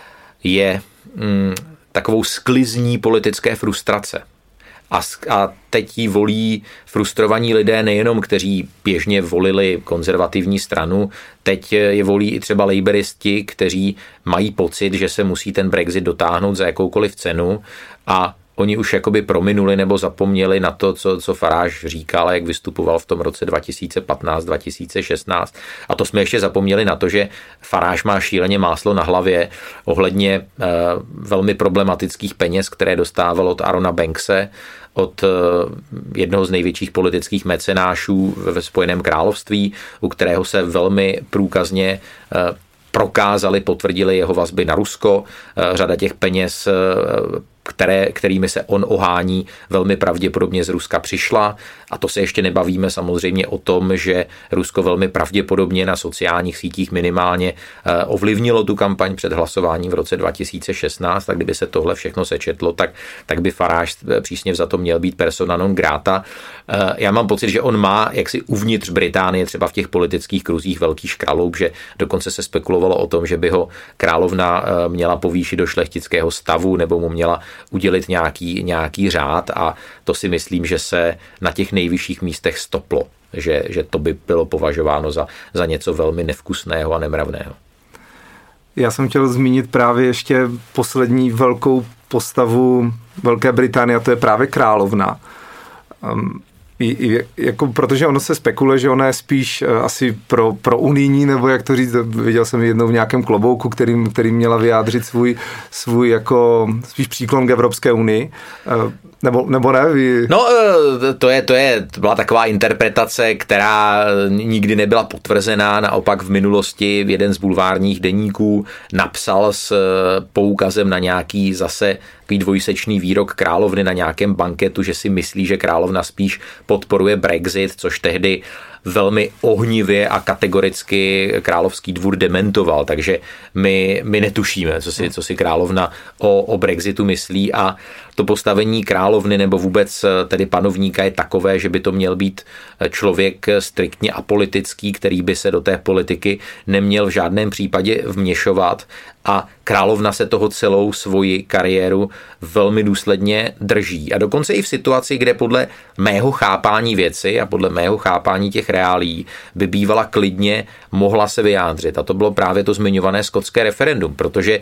je mm, takovou sklizní politické frustrace. A, a teď ji volí frustrovaní lidé nejenom, kteří běžně volili konzervativní stranu, teď je volí i třeba laboristi, kteří mají pocit, že se musí ten Brexit dotáhnout za jakoukoliv cenu a oni už jakoby prominuli nebo zapomněli na to, co, co Farage říkal, jak vystupoval v tom roce dva tisíce patnáct dva tisíce šestnáct. A to jsme ještě zapomněli na to, že Farage má šíleně máslo na hlavě ohledně e, velmi problematických peněz, které dostával od Arona Bankse, od e, jednoho z největších politických mecenášů ve Spojeném království, u kterého se velmi průkazně e, prokázali, potvrdili jeho vazby na Rusko. E, řada těch peněz e, Které, kterými se on ohání, velmi pravděpodobně z Ruska přišla. A to se ještě nebavíme samozřejmě o tom, že Rusko velmi pravděpodobně na sociálních sítích minimálně ovlivnilo tu kampaň před hlasováním v roce dva tisíce šestnáct. Tak kdyby se tohle všechno sečetlo, tak, tak by Farage přísně za to měl být persona non grata. Já mám pocit, že on má jaksi uvnitř Británie třeba v těch politických kruzích velký škraloup, že dokonce se spekulovalo o tom, že by ho královna měla povýšit do šlechtického stavu nebo mu měla udělit nějaký, nějaký řád a to si myslím, že se na těch nejvyšších místech stoplo, že, že to by bylo považováno za, za něco velmi nevkusného a nemravného. Já jsem chtěl zmínit právě ještě poslední velkou postavu Velké Británie a to je právě královna. Um, I, i, jako, protože ono se spekuluje, že ona je spíš uh, asi pro, pro unijní, nebo jak to říct, viděl jsem jednou v nějakém klobouku, který, který měla vyjádřit svůj, svůj jako spíš příklon k Evropské unii. Uh, nebo, nebo ne? Vy... No, to je, to je, to byla taková interpretace, která nikdy nebyla potvrzená, naopak v minulosti jeden z bulvárních deníků napsal s poukazem na nějaký zase takový dvojsečný výrok královny na nějakém banketu, že si myslí, že královna spíš podporuje Brexit, což tehdy velmi ohnivě a kategoricky královský dvůr dementoval, takže my, my netušíme, co si, co si královna o, o Brexitu myslí a to postavení královny nebo vůbec tedy panovníka je takové, že by to měl být člověk striktně apolitický, který by se do té politiky neměl v žádném případě vměšovat a královna se toho celou svoji kariéru velmi důsledně drží. A dokonce i v situaci, kde podle mého chápání věci a podle mého chápání těch reálí by bývala klidně mohla se vyjádřit. A to bylo právě to zmiňované skotské referendum, protože e,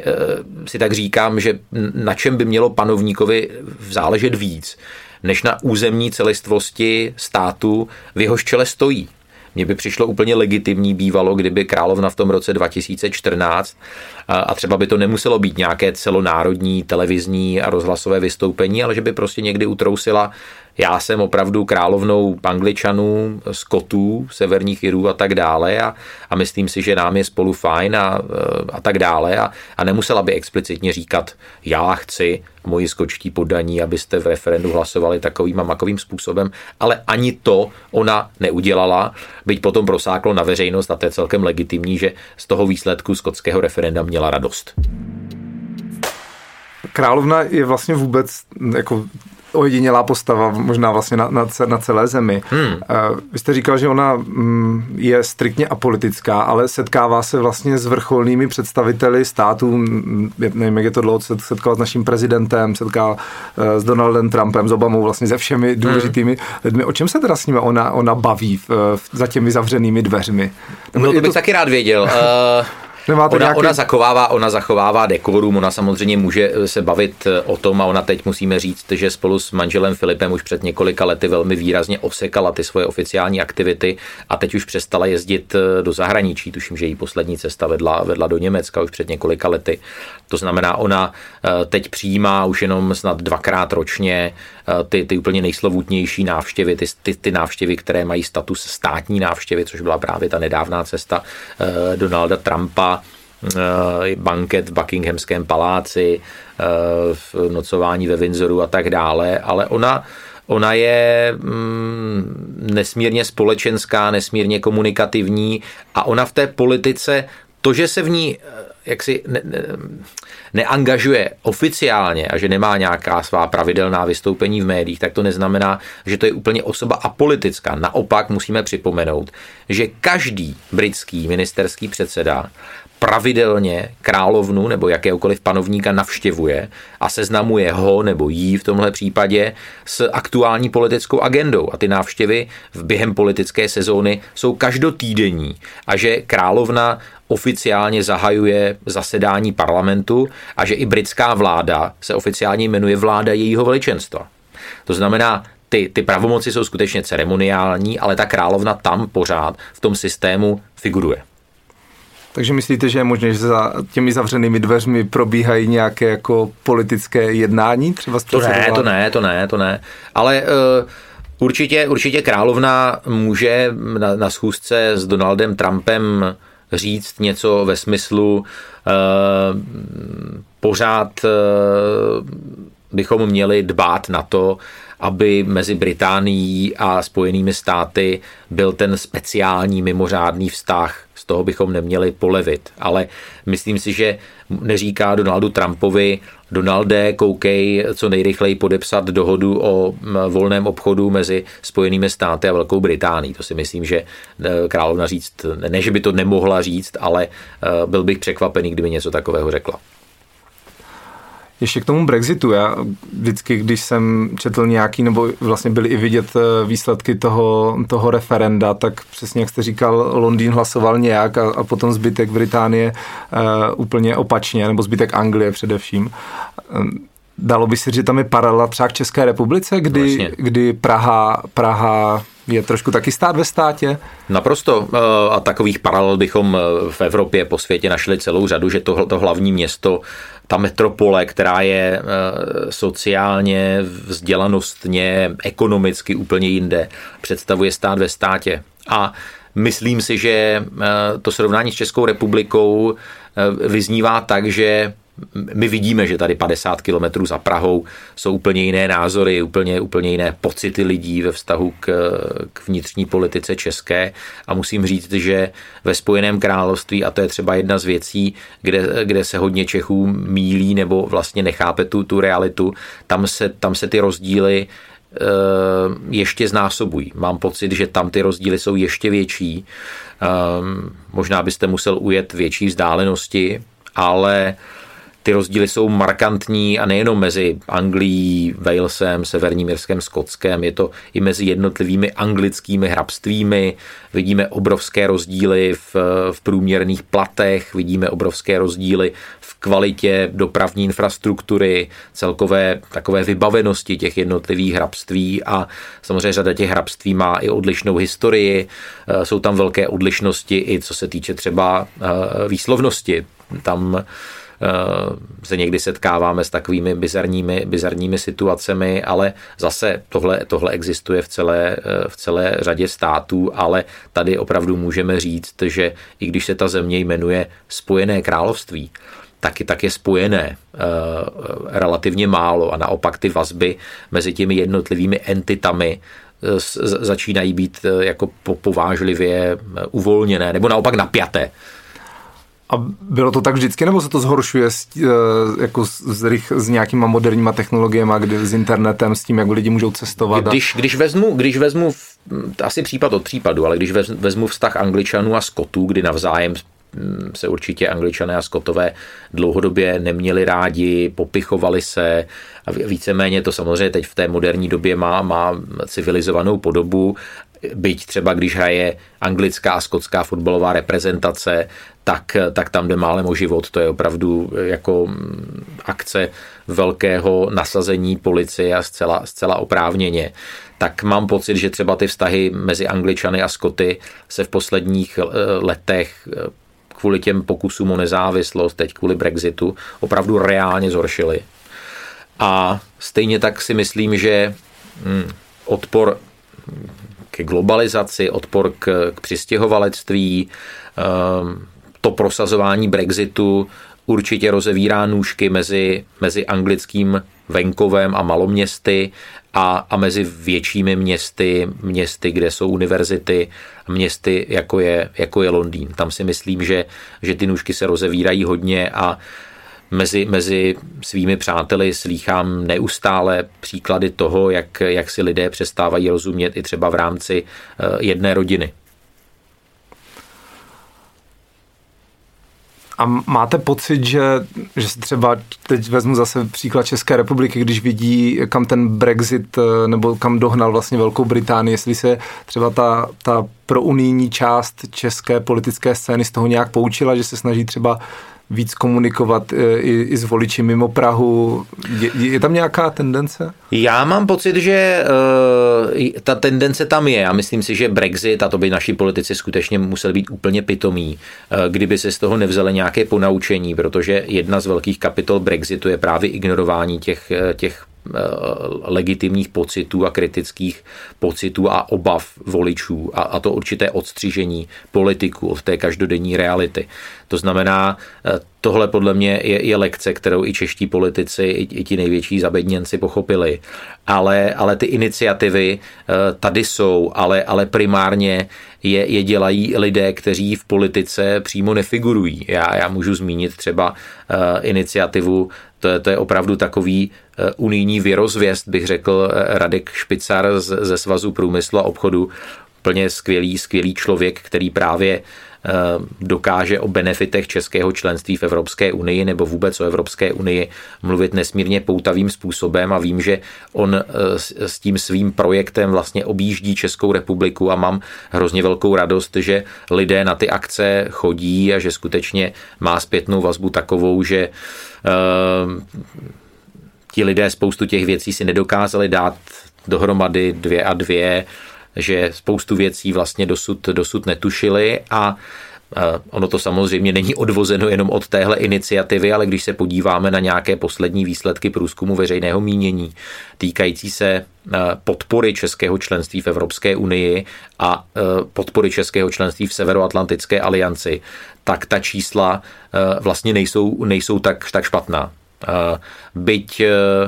si tak říkám, že na čem by mělo panovníkovi záležet víc, než na územní celistvosti státu, v jehož čele stojí. Mně by přišlo úplně legitimní bývalo, kdyby královna v tom roce dva tisíce čtrnáct a třeba by to nemuselo být nějaké celonárodní televizní a rozhlasové vystoupení, ale že by prostě někdy utrousila, já jsem opravdu královnou Angličanů, Skotů, severních Irů a tak dále a, a myslím si, že nám je spolu fajn a, a tak dále a, a nemusela by explicitně říkat, já chci moji skočtí poddaní, abyste v referendu hlasovali takovým a makovým způsobem, ale ani to ona neudělala, byť potom prosáklo na veřejnost a to je celkem legitimní, že z toho výsledku skotského referenda měla radost. Královna je vlastně vůbec jako ojedinělá postava možná vlastně na, na, na celé zemi. Hmm. Vy jste říkal, že ona je striktně apolitická, ale setkává se vlastně s vrcholnými představiteli států, nevím, jak je to dlouho, setkala s naším prezidentem, setkala s Donaldem Trumpem, s Obamou, vlastně se všemi důležitými hmm. lidmi. O čem se teda s nimi ona, ona baví v, v, za těmi zavřenými dveřmi? No to bych to... taky rád věděl. Uh... Ona, nějaký... ona, zachovává, ona zachovává dekorum, ona samozřejmě může se bavit o tom a ona teď musíme říct, že spolu s manželem Filipem už před několika lety velmi výrazně osekala ty svoje oficiální aktivity a teď už přestala jezdit do zahraničí. Tuším, že její poslední cesta vedla, vedla do Německa už před několika lety. To znamená, ona teď přijímá už jenom snad dvakrát ročně ty, ty úplně nejslovutnější návštěvy, ty, ty, ty návštěvy, které mají status státní návštěvy, což byla právě ta nedávná cesta Donalda Trumpa, banket v Buckinghamském paláci, nocování ve Windsoru a tak dále, ale ona, ona je mm, nesmírně společenská, nesmírně komunikativní a ona v té politice, to, že se v ní jaksi ne, ne, neangažuje oficiálně a že nemá nějaká svá pravidelná vystoupení v médiích, tak to neznamená, že to je úplně osoba apolitická. Naopak musíme připomenout, že každý britský ministerský předseda pravidelně královnu nebo jakéhokoliv panovníka navštěvuje a seznamuje ho nebo jí v tomhle případě s aktuální politickou agendou. A ty návštěvy v během politické sezóny jsou každotýdenní a že královna oficiálně zahajuje zasedání parlamentu a že i britská vláda se oficiálně jmenuje vláda jejího veličenstva. To znamená, ty, ty pravomoci jsou skutečně ceremoniální, ale ta královna tam pořád v tom systému figuruje. Takže myslíte, že je možné, že za těmi zavřenými dveřmi probíhají nějaké jako politické jednání? Třeba to ne, to ne, to ne, to ne. Ale uh, určitě, určitě královna může na, na schůzce s Donaldem Trumpem říct něco ve smyslu uh, pořád uh, bychom měli dbát na to, aby mezi Británií a Spojenými státy byl ten speciální mimořádný vztah. Z toho bychom neměli polevit. Ale myslím si, že neříká Donaldu Trumpovi: Donalde, koukej co nejrychleji podepsat dohodu o volném obchodu mezi Spojenými státy a Velkou Británií. To si myslím, že královna říct, ne, že by to nemohla říct, ale byl bych překvapený, kdyby něco takového řekla. Ještě k tomu Brexitu. Já vždycky, když jsem četl nějaký, nebo vlastně byly i vidět výsledky toho, toho referenda, tak přesně jak jste říkal, Londýn hlasoval nějak a, a potom zbytek Británie uh, úplně opačně, nebo zbytek Anglie především. Dalo by se říct, že tam je paralela třeba k České republice, kdy, kdy Praha, Praha je trošku taky stát ve státě? Naprosto. A takových paralel bychom v Evropě, po světě našli celou řadu, že to, to hlavní město, ta metropole, která je sociálně, vzdělanostně, ekonomicky úplně jinde, představuje stát ve státě. A myslím si, že to srovnání s Českou republikou vyznívá tak, že my vidíme, že tady padesát kilometrů za Prahou jsou úplně jiné názory, úplně, úplně jiné pocity lidí ve vztahu k, k vnitřní politice české a musím říct, že ve Spojeném království, a to je třeba jedna z věcí, kde, kde se hodně Čechů mýlí nebo vlastně nechápe tu, tu realitu, tam se, tam se ty rozdíly ještě znásobují. Mám pocit, že tam ty rozdíly jsou ještě větší. Možná byste musel ujet větší vzdálenosti, ale ty rozdíly jsou markantní a nejenom mezi Anglií, Walesem, Severním Irskem, Skotskem, je to i mezi jednotlivými anglickými hrabstvími. Vidíme obrovské rozdíly v, v průměrných platech, vidíme obrovské rozdíly v kvalitě dopravní infrastruktury, celkové takové vybavenosti těch jednotlivých hrabství a samozřejmě řada těch hrabství má i odlišnou historii. Jsou tam velké odlišnosti i co se týče třeba výslovnosti. Tam se někdy setkáváme s takovými bizarními, bizarními situacemi, ale zase tohle, tohle existuje v celé, v celé řadě států, ale tady opravdu můžeme říct, že i když se ta země jmenuje Spojené království, taky tak je spojené uh, relativně málo a naopak ty vazby mezi těmi jednotlivými entitami uh, začínají být uh, jako povážlivě uh, uvolněné nebo naopak napjaté. A bylo to tak vždycky, nebo se to zhoršuje s, jako s, rych, s nějakýma moderníma technologiemi, kdy s internetem, s tím, jak lidi můžou cestovat? Když, když vezmu, když vezmu asi případ od případu, ale když vezmu vztah Angličanů a Skotů, kdy navzájem se určitě Angličané a Skotové dlouhodobě neměli rádi, popichovali se a víceméně to samozřejmě teď v té moderní době má, má civilizovanou podobu. Byť třeba když hraje anglická a skotská fotbalová reprezentace, tak, tak tam jde málem o život. To je opravdu jako akce velkého nasazení policie a zcela, zcela oprávněně. Tak mám pocit, že třeba ty vztahy mezi Angličany a Skoty se v posledních letech kvůli těm pokusům o nezávislost, teď kvůli Brexitu, opravdu reálně zhoršily. A stejně tak si myslím, že hm, odpor k globalizaci, odpor k, k přistěhovalectví, to prosazování Brexitu určitě rozevírá nůžky mezi, mezi anglickým venkovem a maloměsty a, a mezi většími městy, městy, kde jsou univerzity, městy, jako je, jako je Londýn. Tam si myslím, že, že ty nůžky se rozevírají hodně a Mezi, mezi svými přáteli slýchám neustále příklady toho, jak, jak si lidé přestávají rozumět i třeba v rámci jedné rodiny. A máte pocit, že, že se třeba, teď vezmu zase příklad České republiky, když vidí, kam ten Brexit, nebo kam dohnal vlastně Velkou Británii, jestli se třeba ta, ta prounijní část české politické scény z toho nějak poučila, že se snaží třeba víc komunikovat i, i s voliči mimo Prahu. Je, je tam nějaká tendence? Já mám pocit, že uh, ta tendence tam je. Já myslím si, že Brexit, a to by naši politici skutečně museli být úplně pitomí, uh, kdyby se z toho nevzali nějaké ponaučení, protože jedna z velkých kapitol Brexitu je právě ignorování těch, těch legitimních pocitů a kritických pocitů a obav voličů a, a to určité odstřižení politiků od té každodenní reality. To znamená, tohle podle mě je, je lekce, kterou i čeští politici, i, i ti největší zabedněnci pochopili. Ale, ale ty iniciativy tady jsou, ale, ale primárně je, je dělají lidé, kteří v politice přímo nefigurují. Já, já můžu zmínit třeba uh, iniciativu, to je, to je opravdu takový uh, unijní věrozvěst, bych řekl, Radek Špicar z, ze Svazu průmyslu a obchodu, plně skvělý, skvělý člověk, který právě dokáže o benefitech českého členství v Evropské unii nebo vůbec o Evropské unii mluvit nesmírně poutavým způsobem a vím, že on s tím svým projektem vlastně objíždí Českou republiku a mám hrozně velkou radost, že lidé na ty akce chodí a že skutečně má zpětnou vazbu takovou, že uh, ti lidé spoustu těch věcí si nedokázali dát dohromady dvě a dvě, že spoustu věcí vlastně dosud, dosud netušili a ono to samozřejmě není odvozeno jenom od téhle iniciativy, ale když se podíváme na nějaké poslední výsledky průzkumu veřejného mínění týkající se podpory českého členství v Evropské unii a podpory českého členství v Severoatlantické alianci, tak ta čísla vlastně nejsou, nejsou tak, tak špatná. Byť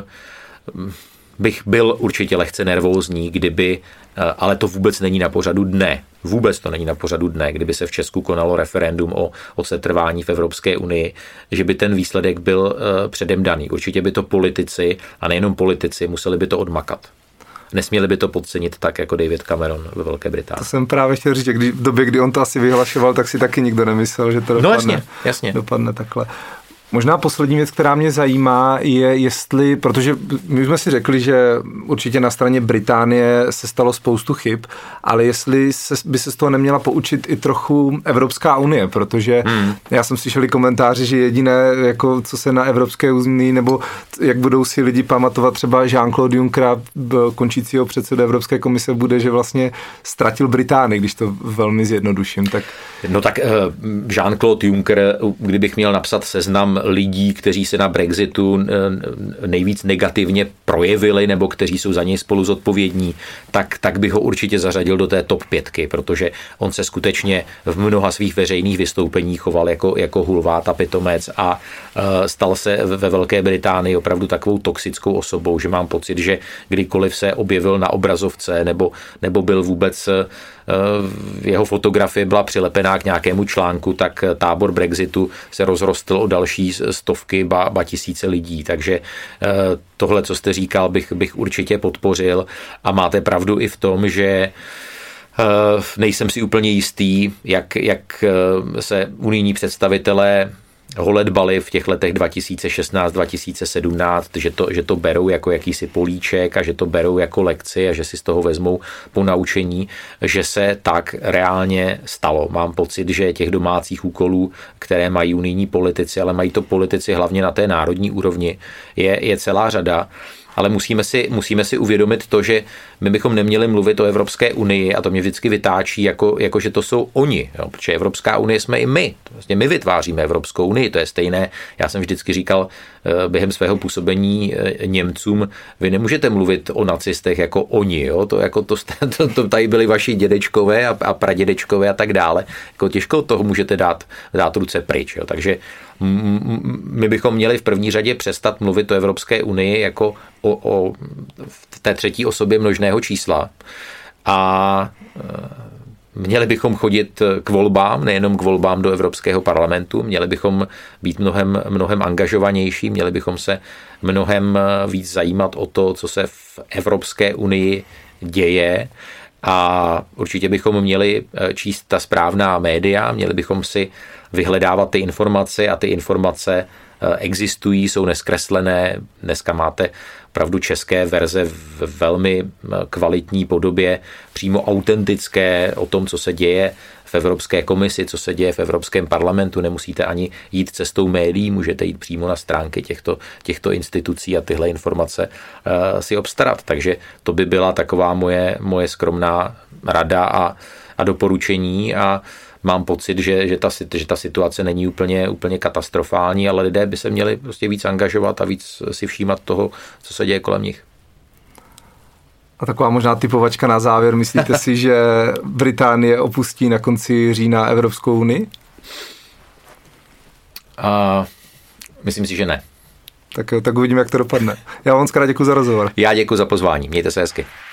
bych byl určitě lehce nervózní, kdyby, ale to vůbec není na pořadu dne. Vůbec to není na pořadu dne, kdyby se v Česku konalo referendum o, o setrvání v Evropské unii, že by ten výsledek byl uh, předem daný. Určitě by to politici, a nejenom politici, museli by to odmakat. Nesměli by to podcenit tak, jako David Cameron ve Velké Británii. To jsem právě chtěl říct, že kdy, v době, kdy on to asi vyhlašoval, tak si taky nikdo nemyslel, že to dopadne, no jasně, jasně. dopadne takhle. Možná poslední věc, která mě zajímá, je jestli, protože my jsme si řekli, že určitě na straně Británie se stalo spoustu chyb, ale jestli se, by se z toho neměla poučit i trochu Evropská unie, protože hmm. já jsem slyšel komentáři, že jediné, jako co se na Evropské unii, nebo jak budou si lidi pamatovat třeba Jean-Claude Junckera, končícího předseda Evropské komise, bude, že vlastně ztratil Británii, když to velmi zjednoduším. Tak... No tak Jean-Claude Juncker, kdybych měl napsat seznam lidí, kteří se na Brexitu nejvíc negativně projevili nebo kteří jsou za něj spolu zodpovědní, tak, tak bych ho určitě zařadil do té top pětky, protože on se skutečně v mnoha svých veřejných vystoupeních choval jako, jako hulvát a pitomec a stal se ve Velké Británii opravdu takovou toxickou osobou, že mám pocit, že kdykoliv se objevil na obrazovce nebo, nebo byl vůbec jeho fotografie byla přilepená k nějakému článku, tak tábor Brexitu se rozrostl o další stovky, ba, ba tisíce lidí. Takže tohle, co jste říkal, bych, bych určitě podpořil a máte pravdu i v tom, že nejsem si úplně jistý, jak, jak se unijní představitelé holedbali v těch letech dva tisíce šestnáct dva tisíce sedmnáct, že to, že to berou jako jakýsi políček a že to berou jako lekci a že si z toho vezmou ponaučení, že se tak reálně stalo. Mám pocit, že těch domácích úkolů, které mají unijní politici, ale mají to politici hlavně na té národní úrovni, je, je celá řada. Ale musíme si, musíme si uvědomit to, že my bychom neměli mluvit o Evropské unii a to mě vždycky vytáčí, jako, jako že to jsou oni, jo, protože Evropská unie jsme i my. Vlastně my vytváříme Evropskou unii, to je stejné. Já jsem vždycky říkal během svého působení Němcům, vy nemůžete mluvit o nacistech jako oni, jo, to, jako to, to, to tady byli vaši dědečkové a, a pradědečkové a tak dále. Jako těžko toho můžete dát, dát ruce pryč, jo. Takže my bychom měli v první řadě přestat mluvit o Evropské unii jako o, o té třetí osobě množného čísla a měli bychom chodit k volbám, nejenom k volbám do Evropského parlamentu, měli bychom být mnohem, mnohem angažovanější, měli bychom se mnohem víc zajímat o to, co se v Evropské unii děje a určitě bychom měli číst ta správná média, měli bychom si vyhledávat ty informace a ty informace existují, jsou neskreslené. Dneska máte opravdu české verze v velmi kvalitní podobě, přímo autentické o tom, co se děje v Evropské komisi, co se děje v Evropském parlamentu. Nemusíte ani jít cestou médií, můžete jít přímo na stránky těchto, těchto institucí a tyhle informace uh, si obstarat. Takže to by byla taková moje, moje skromná rada a, a doporučení a mám pocit, že, že, ta, že ta situace není úplně, úplně katastrofální, ale lidé by se měli prostě víc angažovat a víc si všímat toho, co se děje kolem nich. A taková možná typovačka na závěr. Myslíte si, že Británie opustí na konci října Evropskou unii? Uh, myslím si, že ne. Tak jo, tak uvidíme, jak to dopadne. Já vám moc krát děkuji za rozhovor. Já děkuji za pozvání. Mějte se hezky.